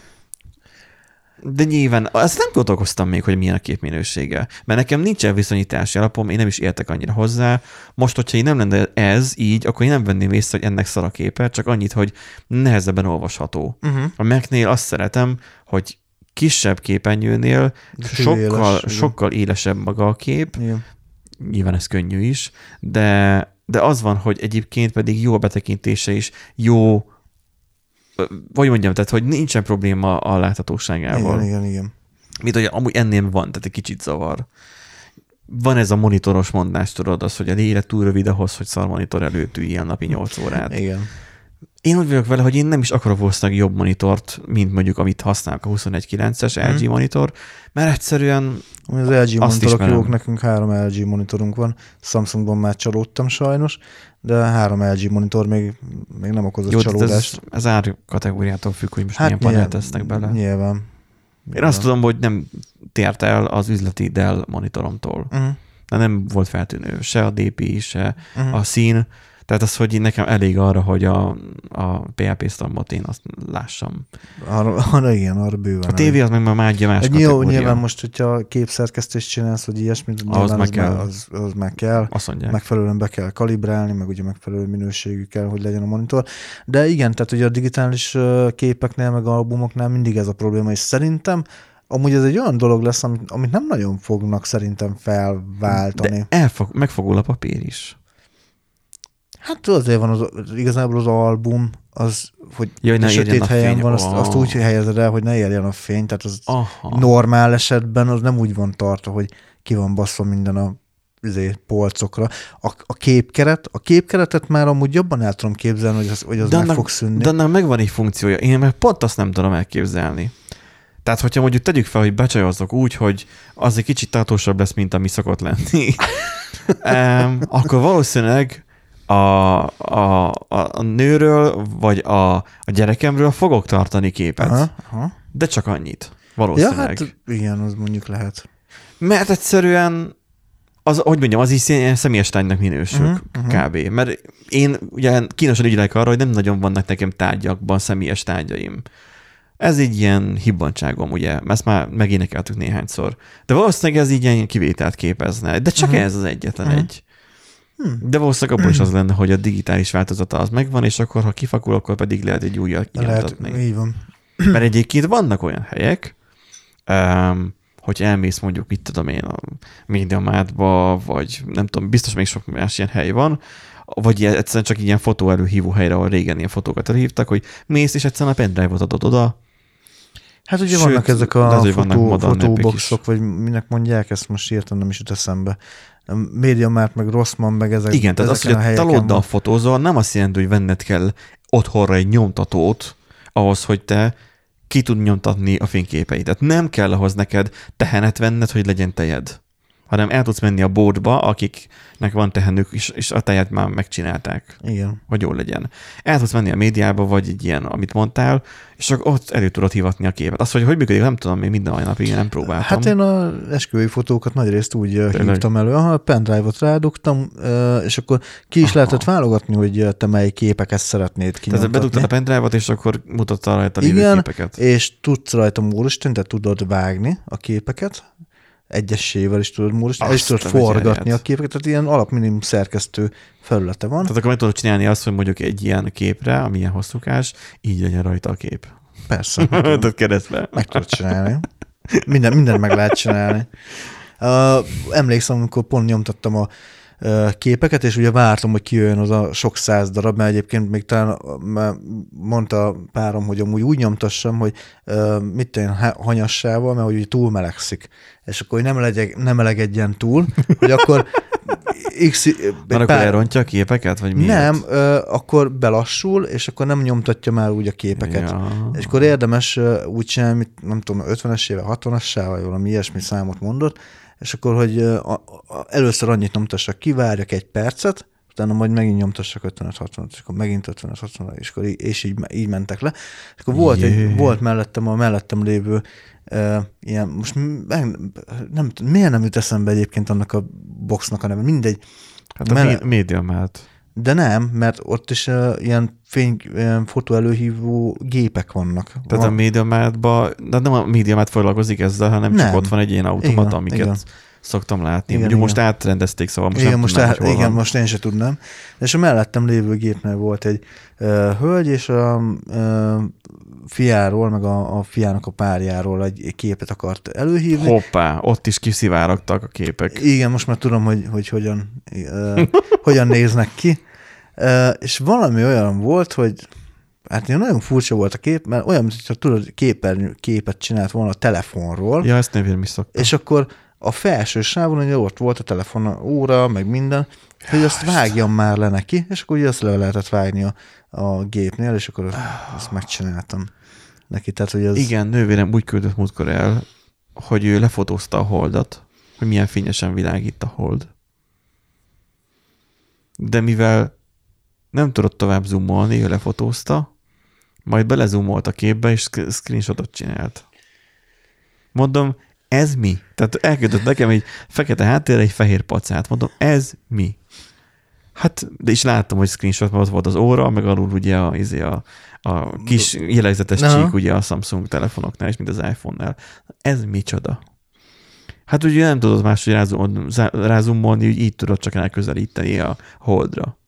De nyilván, azt nem gondolkoztam még, hogy milyen a képminősége. Mert nekem nincsen viszonyítási alapom, én nem is értek annyira hozzá. Most, hogyha én nem lenne ez így, akkor én nem venném észre, hogy ennek szar a képe, csak annyit, hogy nehezebben olvasható. Uh-huh. A Mac-nél azt szeretem, hogy kisebb képernyőnél sokkal, éles, sokkal élesebb maga a kép. Igen. Nyilván ez könnyű is, de, de az van, hogy egyébként pedig jó a betekintése is, jó, vagy mondjam, tehát, hogy nincsen probléma a láthatóságával. Igen, igen, igen. Mint hogy amúgy ennél van, tehát egy kicsit zavar. Van ez a monitoros mondás, tudod, az, hogy a élet túl rövid ahhoz, hogy szar monitor előtt üljél napi nyolc órát. Igen. Én úgy vagyok vele, hogy én nem is akarok valószínűleg jobb monitort, mint mondjuk, amit használok a huszonegy kilences el gé hmm. monitor, mert egyszerűen az el gé monitorok jók, nekünk három el gé monitorunk van, Samsungban már csalódtam sajnos, de három el gé monitor még, még nem okozott jó, csalódást. Ez, ez ár kategóriától függ, hogy most hát milyen panelt tesznek bele. Nyilván. Én nyilván. Azt tudom, hogy nem tért el az üzleti Dell monitoromtól. Uh-huh. De nem volt feltűnő se a dé pé i, se uh-huh. a szín. Tehát az, hogy nekem elég arra, hogy a, a pé há pé sztombot én azt lássam. Arra, arra igen, arra bőven. A tévé az meg már mágja más kategória. kategória. Nyilván most, hogyha képszerkesztést csinálsz, hogy ilyesmit, az meg az, kell. Már, az, az meg kell. Azt mondják. Megfelelően be kell kalibrálni, meg ugye megfelelő minőségű kell, hogy legyen a monitor. De igen, tehát ugye a digitális képeknél, meg albumoknál mindig ez a probléma, és szerintem amúgy ez egy olyan dolog lesz, amit, amit nem nagyon fognak szerintem felváltani. De elfog, megfogul a papír is. Hát azért van az, igazából az album, az, hogy Jaj, ne sötét helyen fény. van, azt, oh. azt úgy helyezed el, hogy ne érjen a fény, tehát az Aha. normál esetben az nem úgy van tartva, hogy ki van baszva minden a azért, polcokra. A, a képkeret, a képkeretet már amúgy jobban el tudom képzelni, hogy az, hogy az meg annak, fog szűnni. De annak megvan egy funkciója. Én meg pont azt nem tudom elképzelni. Tehát, hogyha mondjuk tegyük fel, hogy becsajozzok úgy, hogy az egy kicsit tartósabb lesz, mint ami szokott lenni, um, akkor valószínűleg a, a, a nőről, vagy a, a gyerekemről fogok tartani képet. Aha, aha. De csak annyit. Valószínűleg. Ja, hát igen, az mondjuk lehet. Mert egyszerűen az, hogy mondjam, az is ilyen személyes tárgynak minősül uh-huh, uh-huh. kb. Mert én ugye kínosan ügyelek arra, hogy nem nagyon vannak nekem tárgyakban személyes tárgyaim. Ez így ilyen hibbantságom, ugye, ezt már megénekeltük néhányszor. De valószínűleg ez így ilyen kivételt képezne. De csak uh-huh. ez az egyetlen uh-huh. egy. Hmm. De valószínűleg abban is az lenne, hogy a digitális változata az megvan, és akkor, ha kifakul, akkor pedig lehet egy újat kinyomtatni. Lehet, így van. Mert egyébként vannak olyan helyek, um, hogy elmész mondjuk, mit tudom én, a MediaMarktba, vagy nem tudom, biztos még sok más ilyen hely van, vagy egyszerűen csak ilyen fotóelőhívó helyre, ahol régen ilyen fotókat elhívtak, hogy mész, és egyszerűen a pendrive-ot adod oda. Hát ugye Sőt, vannak ezek a fotó, fotóboxok, vagy minek mondják, ezt most hirtelen nem is jut eszembe. MediaMarkt, meg Rossmann, meg ezek. Igen, tehát az, hogy a taloddal fotózol, nem azt jelenti, hogy venned kell otthonra egy nyomtatót ahhoz, hogy te ki tud nyomtatni a fényképeidet. Nem kell ahhoz neked tehenet venned, hogy legyen tejed, hanem el tudsz menni a boltba, akiknek van tehenük, és, és a tejet már megcsinálták. Igen. Hogy jól legyen. El tudsz menni a médiába, vagy egy ilyen, amit mondtál, és akkor ott elő tudod hivatni a képet. Azt, hogy hogy működik, nem tudom, még minden napig nem próbáltam. Hát én a esküvői fotókat nagyrészt úgy Tényleg? hívtam elő, ha a pendrive-ot rádugtam, és akkor ki is Aha. lehetett válogatni, hogy te mely képeket szeretnéd kinyomtatni. Tehát bedugtad a pendrive-ot, és akkor mutatta rajta lévő Igen, képeket. És tudsz rajta módosítani, tehát tudod vágni a képeket, egyesével is tudod módosítani, és tudod forgatni a képeket, tehát ilyen alapminimum szerkesztő felülete van. Tehát akkor meg tudod csinálni azt, hogy mondjuk egy ilyen képre, ami ilyen hosszúkás, így legyen rajta a kép. Persze. Tudod keresztbe. Meg tudod csinálni. Minden, minden meg lehet csinálni. Uh, emlékszem, amikor pont nyomtattam a uh, képeket, és ugye vártam, hogy kijöjjön az a sok száz darab, mert egyébként még talán uh, mondta párom, hogy amúgy úgy nyomtassam, hogy uh, mit tenni hanyassával, mert hogy túl melegszik. És akkor nem, legyek, nem melegedjen túl, hogy akkor X, Már akkor elrontja a képeket, vagy miért? Nem, ö, akkor belassul, és akkor nem nyomtatja már úgy a képeket. Ja. És akkor érdemes ö, úgy csinálni, mit, nem tudom, ötvenes éve, hatvanas-sával, vagy valami ilyesmi számot mondott, és akkor, hogy ö, a, a, először annyit nyomtassak, kivárjak egy percet, utána majd megint nyomtassak ötvenet hatvanat, és akkor megint ötvenet hatvanat, és, akkor így, és így, így mentek le. És akkor volt, egy, volt mellettem a mellettem lévő Uh, ilyen, most meg, nem tudom, miért nem jut eszembe egyébként annak a boxnak a neve, mindegy. Hát a mele- MediaMarkt. De nem, mert ott is uh, ilyen fény, ilyen fotóelőhívó gépek vannak. Tehát van. A MediaMarktban, de nem a MediaMarkt foglalkozik ezzel, hanem nem. Csak ott van egy ilyen automata, igen, amiket igen. szoktam látni. Igen, Mondjuk igen. most átrendezték, szóval most igen, nem most tudnám, át, Igen, van. most én sem tudnám. És a mellettem lévő gépnél volt egy uh, hölgy, és a uh, fiáról, meg a, a fiának a párjáról egy képet akart előhívni. Hoppá, ott is kiszivárogtak a képek. Igen, most már tudom, hogy, hogy hogyan, uh, hogyan néznek ki. Uh, és valami olyan volt, hogy hát nagyon furcsa volt a kép, mert olyan, mintha tudod, képernyő, képet csinált volna a telefonról. Ja, ezt nem is szoktam. És akkor a felső sávon, hogy ott volt a telefon óra, meg minden, hogy azt vágjam már le neki, és akkor ugye azt le lehetett vágni a, a gépnél, és akkor azt megcsináltam neki. Tehát, hogy az... Igen, nővérem úgy küldött múltkor el, hogy ő lefotózta a holdat, hogy milyen fényesen világít a hold. De mivel nem tudott tovább zoomolni, ő lefotózta, majd belezoomolt a képbe, és screenshotot csinált. Mondom, ez mi? Tehát elküldött nekem egy fekete háttérre egy fehér pacát. Mondom, ez mi? Hát, de is láttam, hogy screenshot, mert ott volt az óra, meg alul ugye a, a, a kis jellegzetes Aha. csík ugye a Samsung telefonoknál, és mint az iPhone-nál. Ez micsoda? Hát ugye nem tudod más, hogy rázum, rázumolni, hogy így tudod csak elközelíteni a Holdra.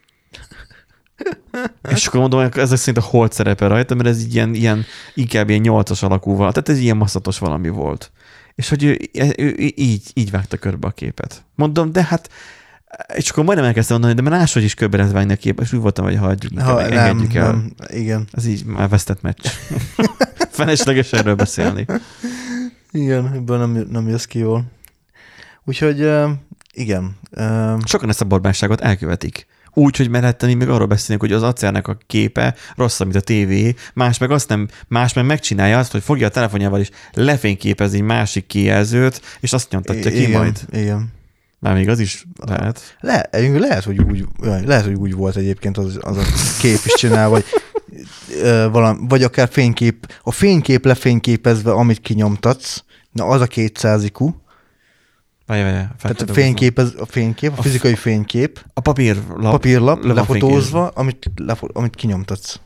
És akkor mondom, ezek szerint a Hold szerepe rajta, mert ez ilyen, ilyen inkább ilyen nyolcas alakú valami, tehát ez ilyen masszatos valami volt. És hogy ő, ő, ő így, így vágta körbe a képet. Mondom, de hát és akkor majdnem elkezdtem mondani, de már máshogy is körbe lehet vágni a képet, és úgy voltam, hogy hagyjuk nekem, ha, engedjük nem, el. Nem, igen. Ez így már vesztett meccs. Felesleges erről beszélni. Igen, ebből nem, nem jössz ki jól. Úgyhogy uh, igen. Uh, Sokan ezt a borbánságot elkövetik. Úgy, hogy mellettem még arról beszélünk, hogy az Acernek a képe rosszabb, mint a tévé, más meg azt nem, más meg megcsinálja azt, hogy fogja a telefonjával is lefényképezni egy másik kijelzőt, és azt nyomtatja ki igen, majd. Igen. Már még az is lehet. Le, lehet, hogy úgy, lehet, hogy úgy volt egyébként az, az a kép is csinál, vagy, ö, valami, vagy akár fénykép, a fénykép lefényképezve, amit kinyomtatsz, na az a kétszáz i kú. Várj, várj, Tehát a fénykép, a fénykép, a fizikai fénykép. A papírlap. Papírlap lefotózva, amit, lefo, amit kinyomtatsz.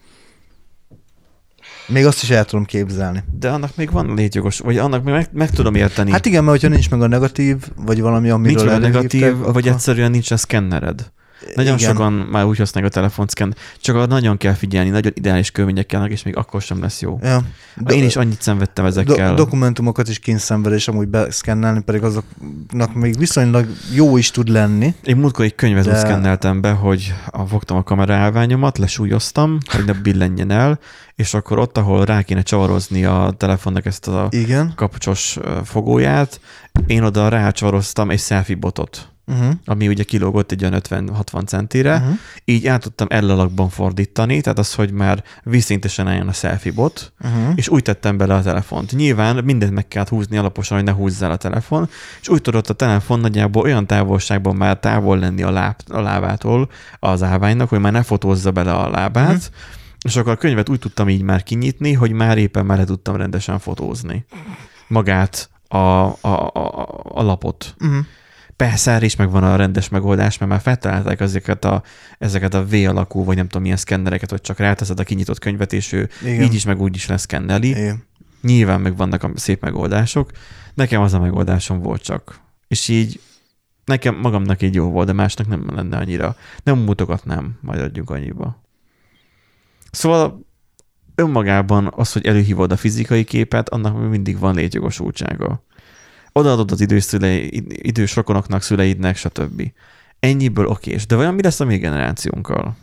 Még azt is el tudom képzelni. De annak még van létjogos, vagy annak még meg, meg tudom érteni. Hát igen, mert hogyha nincs meg a negatív, vagy valami, amiről nincs meg a negatív, akkor... vagy egyszerűen nincs a szkennered. Nagyon igen. Sokan már úgy használják a telefonszken, csak nagyon kell figyelni, nagyon ideális körülményekkel, és még akkor sem lesz jó. Ja. Do- Én is annyit szenvedtem ezekkel. Do- dokumentumokat is kényszenvedés amúgy beszkennelni, pedig azoknak még viszonylag jó is tud lenni. Én múltkor egy könyvezőt de... szkenneltem be, hogy fogtam a kamera állványomat, lesúlyoztam, hogy ne billenjen el, és akkor ott, ahol rá kéne csavarozni a telefonnak ezt a igen. kapcsos fogóját, én oda rácsavaroztam egy selfie botot. Uh-huh. Ami ugye kilógott egy olyan ötven-hatvan centire, uh-huh. így át tudtam L-alakban fordítani, tehát az, hogy már vízszintesen álljon a selfie bot, uh-huh. és úgy tettem bele a telefont. Nyilván mindent meg kell húzni alaposan, hogy ne húzzál a telefon, és úgy tudott a telefon nagyjából olyan távolságban már távol lenni a, láb, a lábától az állványnak, hogy már ne fotózza bele a lábát, uh-huh. és akkor a könyvet úgy tudtam így már kinyitni, hogy már éppen már le tudtam rendesen fotózni. Magát a, a, a, a lapot. Uh-huh. Persze erre is megvan a rendes megoldás, mert már feltalálták ezeket a, ezeket a V-alakú, vagy nem tudom milyen szkennereket, hogy csak ráteszed a kinyitott könyvet, és ő igen. így is meg úgy is leszkenneli. Igen. Nyilván meg vannak a szép megoldások. Nekem az a megoldásom volt csak. És így nekem magamnak így jó volt, de másnak nem lenne annyira. Nem mutogatnám, majd adjunk annyiba. Szóval önmagában az, hogy előhívod a fizikai képet, annak mindig van létjogosultsága. Odaadod az idős, szülei, idős rokonoknak, szüleidnek, stb. Ennyiből okés. De vajon mi lesz a mi generációnkkal?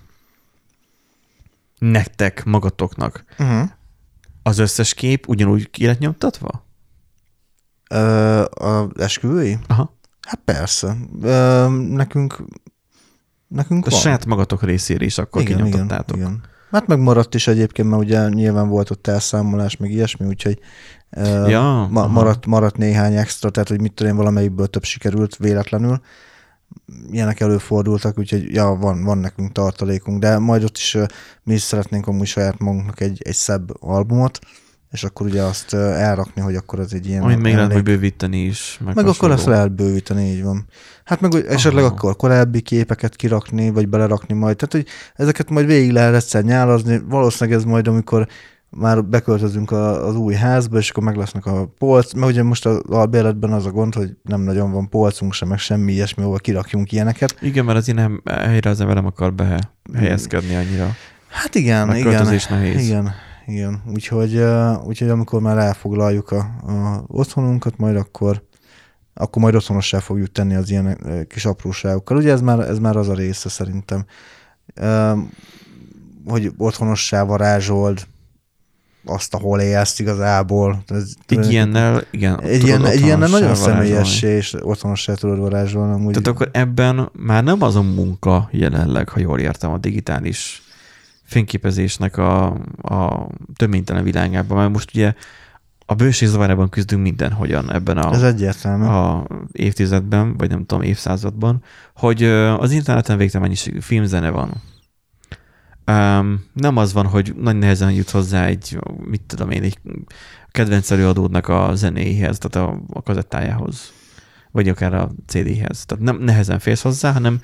Nektek, magatoknak. Uh-huh. Az összes kép ugyanúgy ki lett nyomtatva? Ö, az esküvői? Aha. Hát persze. Ö, nekünk nekünk a van. saját magatok részére is akkor igen, kinyomtattátok. Igen, igen. Hát megmaradt is egyébként, mert ugye nyilván volt ott elszámolás, meg ilyesmi, úgyhogy ja, ma, maradt, maradt néhány extra, tehát hogy mit tudom én, valamelyikből több sikerült véletlenül. Ilyenek előfordultak, úgyhogy ja, van, van nekünk tartalékunk, de majd ott is mi is szeretnénk amúgy saját magunknak egy, egy szebb albumot, és akkor ugye azt elrakni, hogy akkor az egy ilyen... Amit még lehet, hogy bővíteni is. Meg, meg akkor ezt lehet bővíteni, így van. Hát meg esetleg aha. akkor korábbi képeket kirakni, vagy belerakni majd. Tehát, hogy ezeket majd végig lehet egyszer nyálazni. Valószínűleg ez majd, amikor már beköltözünk az új házba, és akkor meg lesznek a polc. Mert ugye most az albérletben az a gond, hogy nem nagyon van polcunk sem, meg semmi ilyesmi, ahol kirakjunk ilyeneket. Igen, mert az ilyen helyre az ember nem akar behelyezkedni annyira. Hát igen, a igen. Költözés nehéz. Igen. Igen, úgyhogy, uh, úgyhogy amikor már elfoglaljuk a, a otthonunkat, majd akkor, akkor majd otthonossá fogjuk tenni az ilyen uh, kis apróságokkal. Ugye ez már, ez már az a része szerintem, uh, hogy otthonossá varázsold azt, ahol élsz igazából. Ez, egy ilyennel, igen. Egy, ilyen, egy ilyennel nagyon személyessé és otthonossá tudod varázsolni. Amúgy. Tehát akkor ebben már nem az a munka jelenleg, ha jól értem, a digitális fényképezésnek a, a töménytelen világában, mert most ugye a bőség zavarában küzdünk mindenhogyan ebben a, ez egyértelmű. A évtizedben, vagy nem tudom, évszázadban, hogy az interneten végtelen mennyiségű filmzene van. Um, nem az van, hogy nagy nehezen jut hozzá egy, mit tudom én, egy kedvenc előadódnak a zenéhez, tehát a, a kazettájához, vagy akár a cé déhez. Tehát nem nehezen férsz hozzá, hanem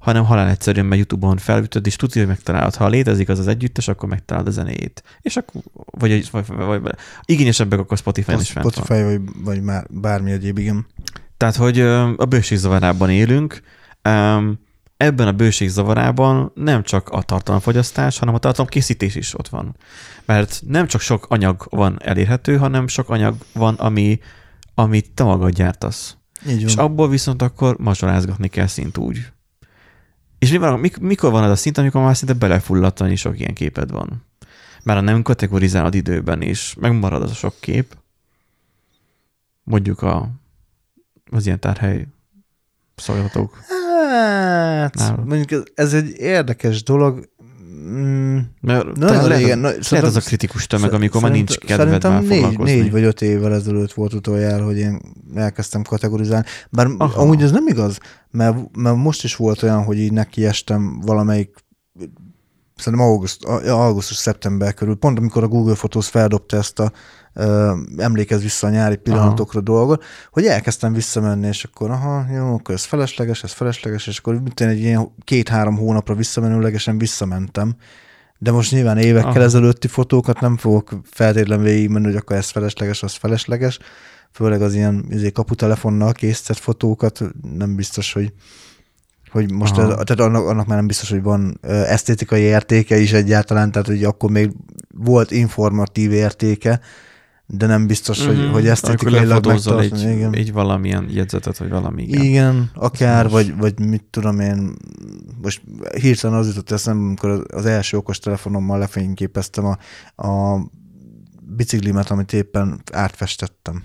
hanem halál egyszerűen, mert YouTube-on felütöd, és tudja, hogy megtalálod. Ha létezik az az együttes, akkor megtalálod a zenéjét. És akkor, vagy, vagy, vagy, vagy igényesebbek, akkor Spotify-on is fent van. Spotify, vagy, vagy már bármi egyéb, igen. Tehát, hogy a bőség zavarában élünk. Ebben a bőség zavarában nem csak a tartalomfogyasztás, hanem a tartalomkészítés is ott van. Mert nem csak sok anyag van elérhető, hanem sok anyag van, ami, amit te magad gyártasz. És abból viszont akkor mazsolázgatni kell szint úgy. És mi van, mikor van az a szint, amikor már szinte belefulladtan, és sok ilyen képed van? Már ha nem kategorizálod időben, és megmarad az a sok kép, mondjuk a, az ilyen tárhely szolgáltatók. Hát, nálad. Mondjuk ez egy érdekes dolog. Mm, Mert lehet, régen, lehet, lehet az a kritikus tömeg, amikor már nincs kedved már négy, foglalkozni. Négy vagy öt évvel ezelőtt volt utoljára, hogy én elkezdtem kategorizálni. Bár aha. Amúgy ez nem igaz, mert, mert most is volt olyan, hogy így nekiestem valamelyik, szerintem augusztus, augusztus-szeptember körül, pont amikor a Google Photos feldobta ezt a uh, emlékezz vissza a nyári pillanatokra aha. dolgot, hogy elkezdtem visszamenni, és akkor aha, jó, akkor ez felesleges, ez felesleges, és akkor mint egy ilyen két-három hónapra visszamenőlegesen visszamentem. De most nyilván évekkel aha. ezelőtti fotókat nem fogok feltétlenül végigmenni, hogy akkor ez felesleges, az felesleges. Főleg az ilyen izé, kaputelefonnal készített fotókat nem biztos, hogy hogy most ez, tehát annak, annak már nem biztos, hogy van esztétikai értéke is egyáltalán, tehát hogy akkor még volt informatív értéke, de nem biztos, mm-hmm. hogy, hogy esztétikailag megtartani. Egy, egy valamilyen jegyzetet, vagy valami. Igen, igen akár, vagy, vagy mit tudom én, most hirtelen az jutott eszembe, amikor az első okostelefonommal lefényképeztem a, a biciklimet, amit éppen átfestettem.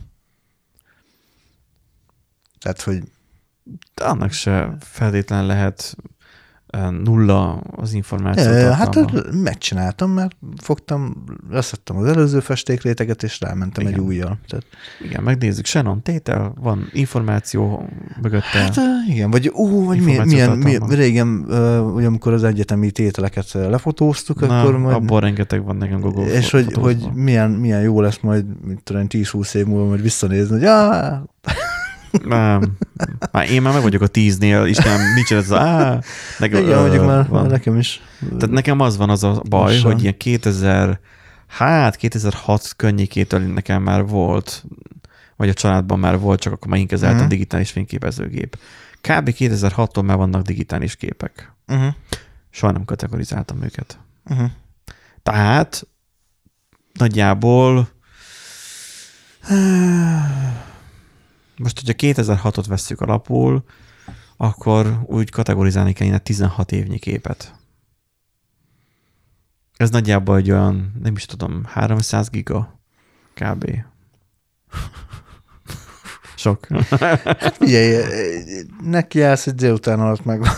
Tehát, hogy de annak se feltétlen lehet nulla az információ. E, hát megcsináltam, mert fogtam, leszettem az előző festékréteget, és rámentem igen. egy újjal. Tehát... Igen, megnézzük, Shannon tétel, van információ mögötte. Hát igen, vagy ú, vagy milyen, milyen, milyen régen, uh, amikor az egyetemi tételeket lefotóztuk, na, akkor majd... abban rengeteg van nekem Google és hogy, hogy milyen, milyen jó lesz majd, mint tudom, tíz-húsz év múlva majd visszanézni, hogy áh, nem. Már én már meg vagyok a tíznél, és nem, nincs ez az áh, nekem, igen, mondjuk már, már nekem is. Tehát nekem az van az a baj, lassan. Hogy ilyen kétezer, hát kétezer-hat környékétől nekem már volt, vagy a családban már volt, csak akkor már inkezelt uh-huh. a digitális fényképezőgép. Kb. kétezer-hattól már vannak digitális képek. Uh-huh. Soha nem kategorizáltam őket. Uh-huh. Tehát nagyjából most, hogyha kétezer-hatot vesszük alapul, akkor úgy kategorizálni kellene tizenhat évnyi képet. Ez nagyjából egy olyan, nem is tudom, háromszáz giga kb. Sok. Hát figyelj, neki állsz egy délután alatt megvan.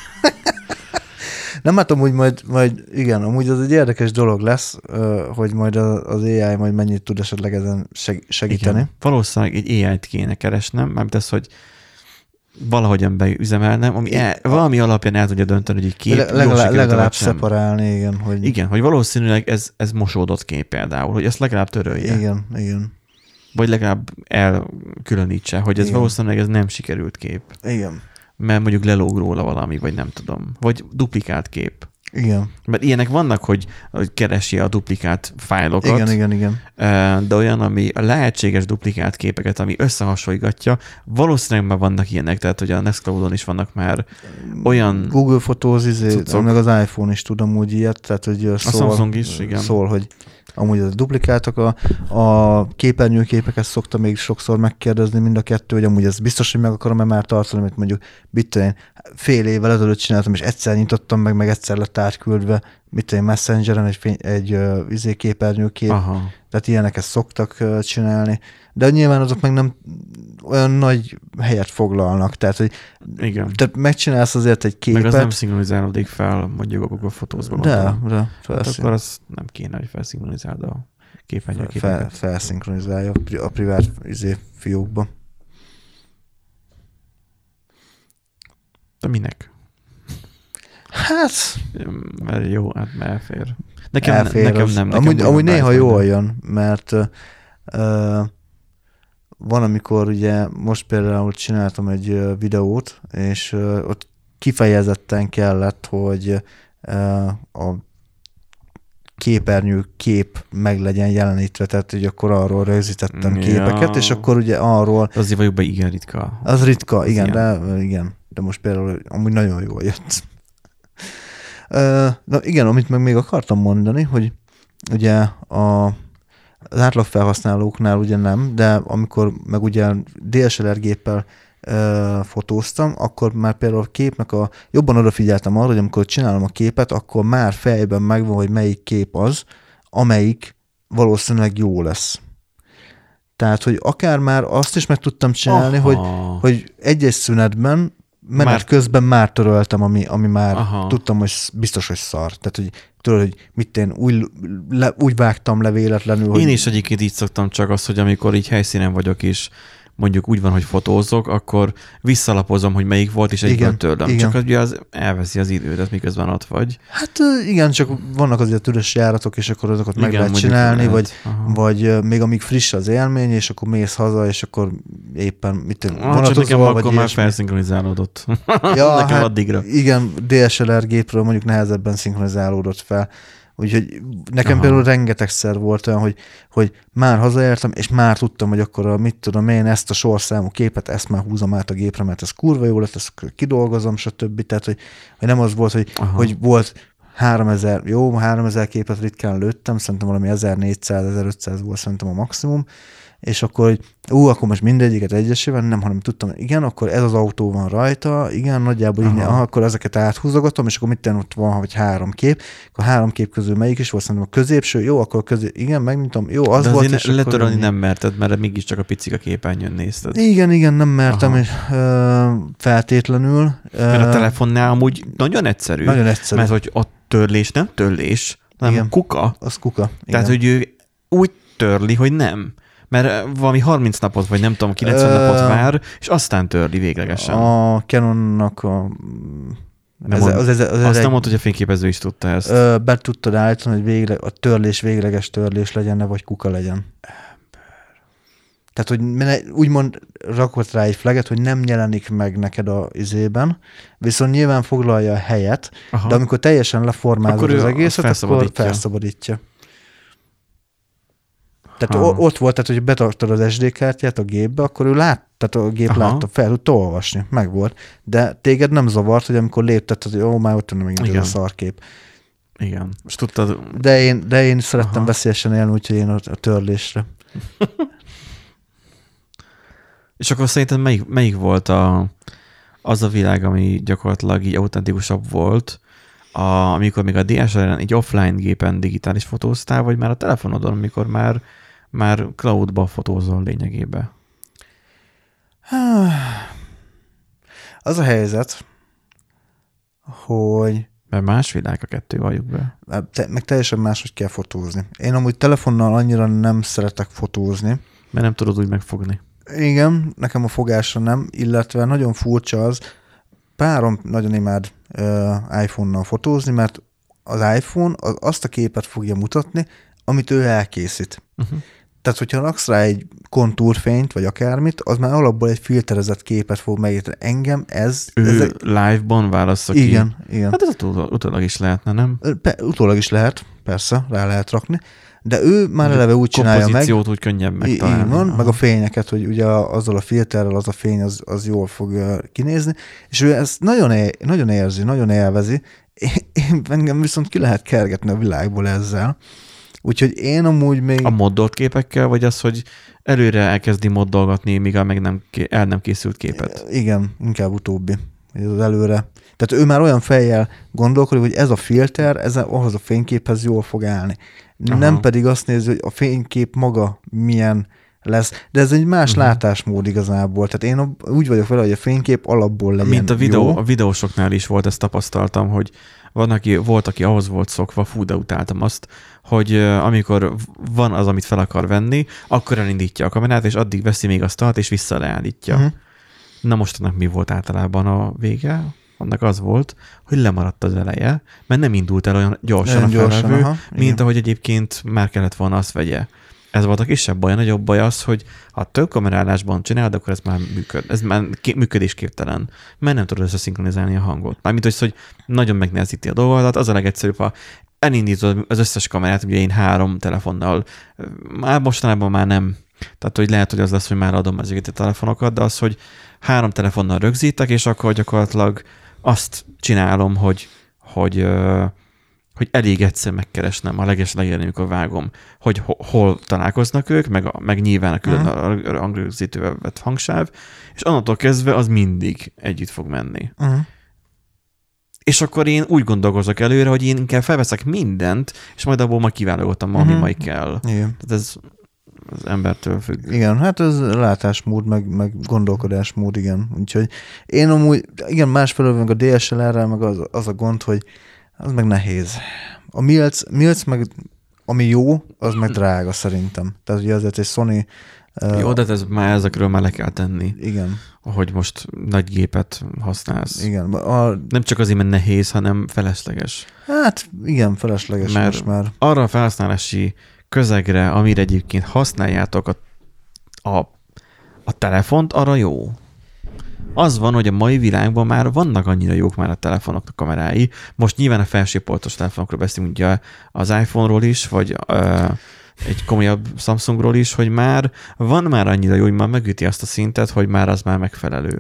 Nem látom, hogy majd, majd, igen, amúgy az egy érdekes dolog lesz, hogy majd az á i majd mennyit tud esetleg ezen segíteni. Igen. Valószínűleg egy á í-t kéne keresnem, mert az, hogy valahogyan beüzemelnem, ami el, valami alapján el tudja dönteni, hogy egy kép Le, legalább, jó legalább szeparálni, igen. Hogy... Igen, hogy valószínűleg ez, ez mosódott kép például, hogy ezt legalább törölje. Igen, igen. Vagy legalább elkülönítse, hogy ez igen. valószínűleg ez nem sikerült kép. Igen. Mert mondjuk lelóg róla valami, vagy nem tudom. Vagy duplikált kép. Igen. Mert ilyenek vannak, hogy, hogy keresi a duplikált fájlokat. Igen, igen, igen. De olyan, ami a lehetséges duplikált képeket, ami összehasonlítja, valószínűleg már vannak ilyenek, tehát hogy a Nextcloud-on is vannak már olyan Google Photos, izé, meg az iPhone is tudom úgy ilyet, tehát hogy szól, a Samsung is, igen. Szól, hogy amúgy az duplikáltak, a, a képernyőképeket szokta még sokszor megkérdezni mind a kettő, hogy amúgy ez biztos, hogy meg akarom-e már tartani, mert mondjuk mit tudom én, fél évvel ezelőtt csináltam, és egyszer nyitottam meg, meg egyszer lett átküldve, mit tudom én, Messengeren egy, fény, egy uh, izé képernyőkép, aha. Tehát ilyeneket szoktak uh, csinálni, de nyilván azok meg nem olyan nagy helyet foglalnak, tehát hogy igen. Tehát megcsinálsz azért egy képet. Meg az nem szinkronizálódik fel mondjuk a Google Photos-ban. De, de hát akkor az nem kéne, hogy felszinkronizálod a képernyőképeket. Fel, felszinkronizálja a privát izé, fiókba. De minek? Hát... Mert jó, hát elfér. Nekem, elfér nekem az, nem. Nekem amúgy, amúgy néha jól nem. jön, mert uh, van, amikor ugye most például csináltam egy videót, és uh, ott kifejezetten kellett, hogy a képernyő kép meg legyen jelenítve, tehát hogy akkor arról rögzítettem ja. képeket, és akkor ugye arról... Azért vagyok be igen ritka. Az ritka, az igen, de, igen, de most például amúgy nagyon jól jött. Na igen, amit meg még akartam mondani, hogy ugye a, az átlag felhasználóknál ugye nem, de amikor meg ugye dé es el er géppel uh, fotóztam, akkor már például a képnek a, jobban odafigyeltem arra, hogy amikor csinálom a képet, akkor már fejben megvan, hogy melyik kép az, amelyik valószínűleg jó lesz. Tehát, hogy akár már azt is meg tudtam csinálni, hogy, hogy egy-egy szünetben menet már... közben már töröltem, ami, ami már Aha. tudtam, hogy biztos, hogy szar. Tehát, hogy tudod, hogy mit én úgy, le, úgy vágtam le véletlenül. Én hogy... is egyébként így szoktam, csak az, hogy amikor így helyszínen vagyok is, mondjuk úgy van, hogy fotózok, akkor visszalapozom, hogy melyik volt, és egyből törlöm. Igen. Csak ugye az elveszi az időt, miközben ott vagy. Hát igen, csak vannak azért üres járatok, és akkor azokat igen, meg lehet csinálni, vagy, vagy még amíg friss az élmény, és akkor mész haza, és akkor éppen mit ah, vonatozol, vagy akkor már felszinkronizálódott. Ja, nekem hát addigra. Igen, dé es el er gépről mondjuk nehezebben szinkronizálódott fel. Úgyhogy nekem Aha. például rengetegszer volt olyan, hogy, hogy már hazaértem, és már tudtam, hogy akkor a, mit tudom én, ezt a sorszámú képet, ezt már húzom át a gépre, mert ez kurva jó lett, ezt kidolgozom, stb. Tehát, hogy, hogy nem az volt, hogy, hogy volt háromezer, jó, háromezer képet ritkán lőttem, szerintem valami ezernégyszáz-ezerötszáz volt szerintem a maximum, és akkor, hogy ú, akkor most mindegyiket egyesével, nem, hanem tudtam, igen, akkor ez az autó van rajta, igen, nagyjából így, aha, akkor ezeket áthúzogatom, és akkor mit tenni, ott van, hogy három kép, akkor három kép közül melyik is volt, szerintem a középső, jó, akkor közé, igen, megmondtam, jó, az de volt, és letörölni nem merted, mert mégiscsak a picik a képernyőn nézted. Igen, igen, nem mertem, és, ö, feltétlenül. Mert a telefonnál amúgy nagyon egyszerű. Nagyon egyszerű. Mert hogy a törlés nem törlés, hanem igen, kuka. Az kuka. Tehát, igen. hogy ő úgy törli, hogy nem. Mert valami harminc napot, vagy nem tudom, kilencven Ö... napot vár, és aztán törli véglegesen. A Canonnak a... Ez, mond, az, az, az, az azt nem mondta, hogy a fényképező is tudta ezt. Ö, be tudtad állítani, hogy végre, a törlés végleges törlés legyen, ne vagy kuka legyen. Tehát, hogy úgymond rakott rá egy flaget, hogy nem jelenik meg neked a izében, viszont nyilván foglalja a helyet, Aha. de amikor teljesen leformálod az egészet, felszabadítja. akkor felszabadítja. Tehát ha. ott volt, tehát, hogy betartod az es dé kártyát a gépbe, akkor ő lát, tehát a gép Aha. látta, fel tudta olvasni, meg volt. De téged nem zavart, hogy amikor léptetted, hogy ó, már ott van megint ez a szarkép. Igen. Most tudtad... De én, de én szerettem Aha. veszélyesen élni, úgyhogy én a, a törlésre. És akkor szerinted melyik, melyik volt a, az a világ, ami gyakorlatilag így autentikusabb volt, a, amikor még a dé es el eren egy offline gépen digitális fotóztál, vagy már a telefonodon, amikor már, már cloudba fotózol lényegében? Az a helyzet, hogy... Mert más világ a kettő, valljuk be. Te, meg teljesen máshogy kell fotózni. Én amúgy telefonnal annyira nem szeretek fotózni. Mert nem tudod úgy megfogni. Igen, nekem a fogásra nem, illetve nagyon furcsa az, párom nagyon imád uh, iPhone-nal fotózni, mert az iPhone az azt a képet fogja mutatni, amit ő elkészít. Uh-huh. Tehát, hogyha raksz rá egy kontúrfényt, vagy akármit, az már alapból egy filterezett képet fog megérteni. Engem ez... Ő ezek... live-ban válassza ki? Igen, igen. Hát ez utól, utólag is lehetne, nem? Pe, utólag is lehet, persze, rá lehet rakni. De ő már eleve úgy csinálja meg. Kompozíciót úgy könnyebb megtalálni. Így van, meg a fényeket, hogy ugye azzal a filterrel az a fény az, az jól fog kinézni, és ő ezt nagyon, é, nagyon érzi, nagyon élvezi. Én, engem viszont ki lehet kergetni a világból ezzel. Úgyhogy én amúgy még... A moddolt képekkel, vagy az, hogy előre elkezdi moddolgatni, míg el, meg nem, el nem készült képet? Igen, inkább utóbbi. Az előre. Tehát ő már olyan fejjel gondolkodik, hogy ez a filter, ez ahhoz a fényképhez jól fog állni. Aha. Nem pedig azt nézi, hogy a fénykép maga milyen lesz. De ez egy más uh-huh. látásmód igazából. Tehát én úgy vagyok vele, hogy a fénykép alapból legyen Mint a videó, jó. A videósoknál is volt, ezt tapasztaltam, hogy van, aki, volt, aki ahhoz volt szokva, fú, de utáltam azt, hogy amikor van az, amit fel akar venni, akkor elindítja a kamerát, és addig veszi még azt tart, és vissza leállítja. Uh-huh. Na most annak mi volt általában a vége? Annak az volt, hogy lemaradt az eleje, mert nem indult el olyan gyorsan nem a felvevő, gyorsan, aha, mint igen. ahogy egyébként már kellett volna azt vegye. Ez volt a kisebb baj, a nagyobb baj az, hogy ha több kamerálásban csinálod, akkor ez már működ. Ez már működésképtelen, mert nem tudod összeszinkronizálni a hangot. Mármint, hogy, hogy nagyon megnehezíti a dolgodat, az a legegyszerűbb, ha elindítod az összes kamerát, ugye én három telefonnal, már mostanában már nem. Tehát, hogy lehet, hogy az lesz, hogy már adom ezeket a telefonokat, de az, hogy három telefonnal rögzítek, és akkor gyakorlatilag azt csinálom, hogy, hogy, hogy elég egyszer megkeresnem a leges legyen, amikor vágom, hogy hol találkoznak ők, meg, meg nyilván a külön uh-huh. hangrögzítővel vett hangsáv, és onnantól kezdve az mindig együtt fog menni. Uh-huh. És akkor én úgy gondolkozok előre, hogy én inkább felveszek mindent, és majd abból majd kiválogatom, ami uh-huh. majd kell. Igen. Tehát ez az embertől függ. Igen, hát ez látásmód, meg, meg gondolkodásmód, igen. Úgyhogy én amúgy, igen, másfelől meg a dé es el er-rel, meg az, az a gond, hogy az meg nehéz. A Milc, Milc meg, ami jó, az meg drága szerintem. Tehát ugye azért egy Sony... Jó, uh, de ez már ezekről már le kell tenni. Igen. Hogy most nagy gépet használsz. Igen. A, nem csak azért, mert nehéz, hanem felesleges. Hát igen, felesleges mert most már. Arra a felhasználási közegre, amire egyébként használjátok a, a, a telefont, arra jó. Az van, hogy a mai világban már vannak annyira jók már a telefonok kamerái. Most nyilván a felsőpoltos telefonokról beszélünk, ugye az iPhone-ról is, vagy ö, egy komolyabb Samsungról is, hogy már van már annyira jó, hogy már megüti azt a szintet, hogy már az már megfelelő.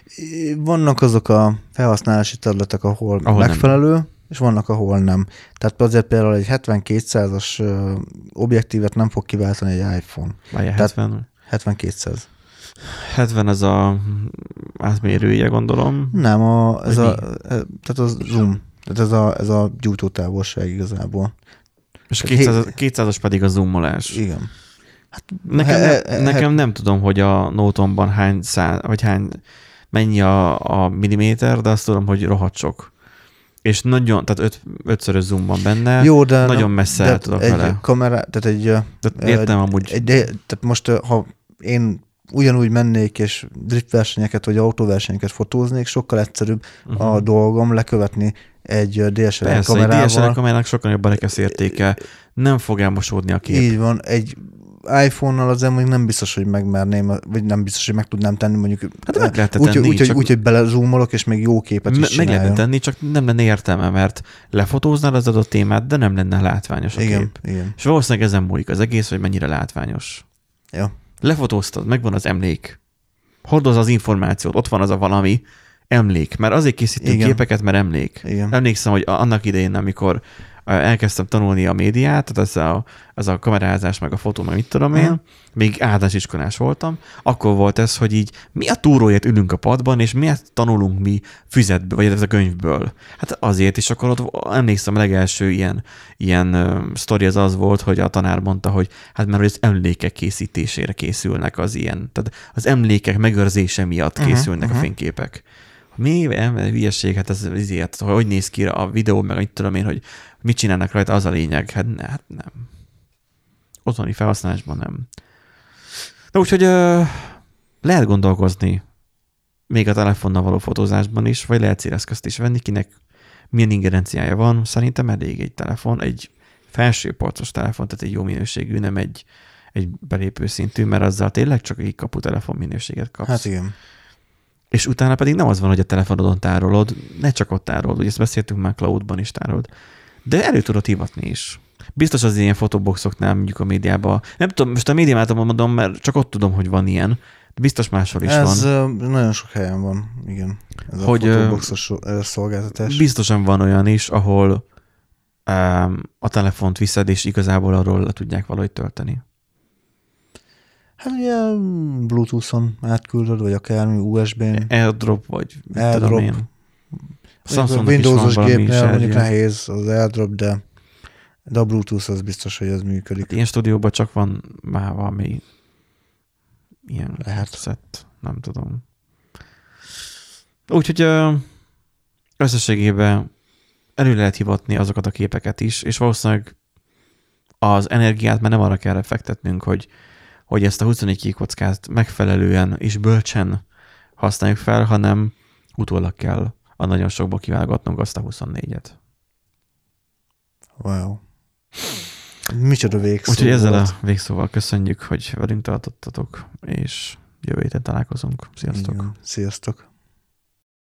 Vannak azok a felhasználási területek, ahol, ahol megfelelő, nem. És vannak, ahol nem. Tehát azért például egy hetven-kétszázas objektívet nem fog kiváltani egy iPhone. Vagy hetven? hetven-kétszáz. hetven az a átmérője, gondolom. Nem, a, ez a, tehát az zoom. Tehát ez a, ez a gyújtótávolság igazából. És a kétszáz, kétszázas pedig a zoomolás. Igen. Hát nekem, he, he, nekem he, nem tudom, hogy a Note-omban hány száz, vagy hány, mennyi a, a milliméter, de azt tudom, hogy rohadt sok. És nagyon, tehát öt, ötszörös zoom van benne, jó, de nagyon messze el tudok egy vele. Kamera, tehát egy... Tehát értem amúgy. Egy, tehát most, ha én ugyanúgy mennék, és driftversenyeket, vagy autóversenyeket fotóznék, sokkal egyszerűbb uh-huh. a dolgom lekövetni egy dé es el er Persze, kamerával. egy dé es el er kamerának sokkal jobb a rekesz értéke. Nem fog elmosódni a kép. Így van. Egy iPhone-nal azért mondjuk nem biztos, hogy megmerném, vagy nem biztos, hogy meg tudnám tenni, mondjuk hát meg lehet úgy, tenni. Úgy, csak... úgy, hogy belezoomolok, és még jó képet is meg lehet tenni, csak nem lenne értelme, mert lefotóznál az adott témát, de nem lenne látványos a igen, kép. Igen. És valószínűleg ezen múlik az egész, hogy mennyire látványos. Ja. Lefotóztad, megvan az emlék. Hordoz az információt, ott van az a valami emlék. Mert azért készítünk igen. képeket, mert emlék. Igen. Emlékszem, hogy annak idején, amikor elkezdtem tanulni a médiát, tehát ez a, ez a kamerázás, meg a fotó, meg mit tudom én, uh-huh. még általános iskolás voltam, akkor volt ez, hogy így mi a túróért ülünk a padban, és miért tanulunk mi füzetből, vagy ez a könyvből. Hát azért, és akkor ott emlékszem, a legelső ilyen, ilyen uh, sztori az az volt, hogy a tanár mondta, hogy hát mert az emlékek készítésére készülnek az ilyen, tehát az emlékek megőrzése miatt készülnek uh-huh. a fényképek. Mi hülyeség, hát ez azért, hogy hogy néz ki a videó, meg itt tudom én, hogy mit csinálnak rajta, az a lényeg. Hát, ne, hát nem. Otthoni felhasználásban nem. Na úgyhogy uh, lehet gondolkozni még a telefonnal való fotózásban is, vagy lehet céleszközt is venni, kinek milyen ingerenciája van. Szerintem elég egy telefon, egy felsőpolcos telefon, tehát egy jó minőségű, nem egy, egy belépő szintű, mert azzal tényleg csak egy kapu telefon minőséget kapsz. Hát igen. És utána pedig nem az van, hogy a telefonodon tárolod, ne csak ott tárolod, ugye ezt beszéltünk már, cloudban is tárolod, de elő tudod hivatni is. Biztos az ilyen fotoboxoknál, mondjuk a médiában. Nem tudom, most a médiában mondom, mert csak ott tudom, hogy van ilyen, de biztos máshol is ez van. Ez nagyon sok helyen van, igen. Ez hogy a fotoboxos szolgáltatás. Biztosan van olyan is, ahol um, a telefont viszed, és igazából arról le tudják valahogy tölteni. Hát ugye Bluetooth-on átküldöd, vagy akármi u es bén. AirDrop, vagy AirDrop. Windowsos gépnél mondjuk nehéz az AirDrop, de, de a Bluetooth az biztos, hogy ez működik. Hát ilyen stúdióban csak van már valami ilyen lehet. Szett, nem tudom. Úgyhogy összességében elő lehet hivatni azokat a képeket is, és valószínűleg az energiát már nem arra kell fektetnünk, hogy hogy ezt a huszonnégy képkockát megfelelően és bölcsen használjuk fel, hanem utólag kell a nagyon sokból kiválogatnunk azt a huszonnégyet. Wow. Micsoda végszó. Úgyhogy ezzel a végszóval köszönjük, hogy velünk tartottatok, és jövő héten találkozunk. Sziasztok! Igen. Sziasztok!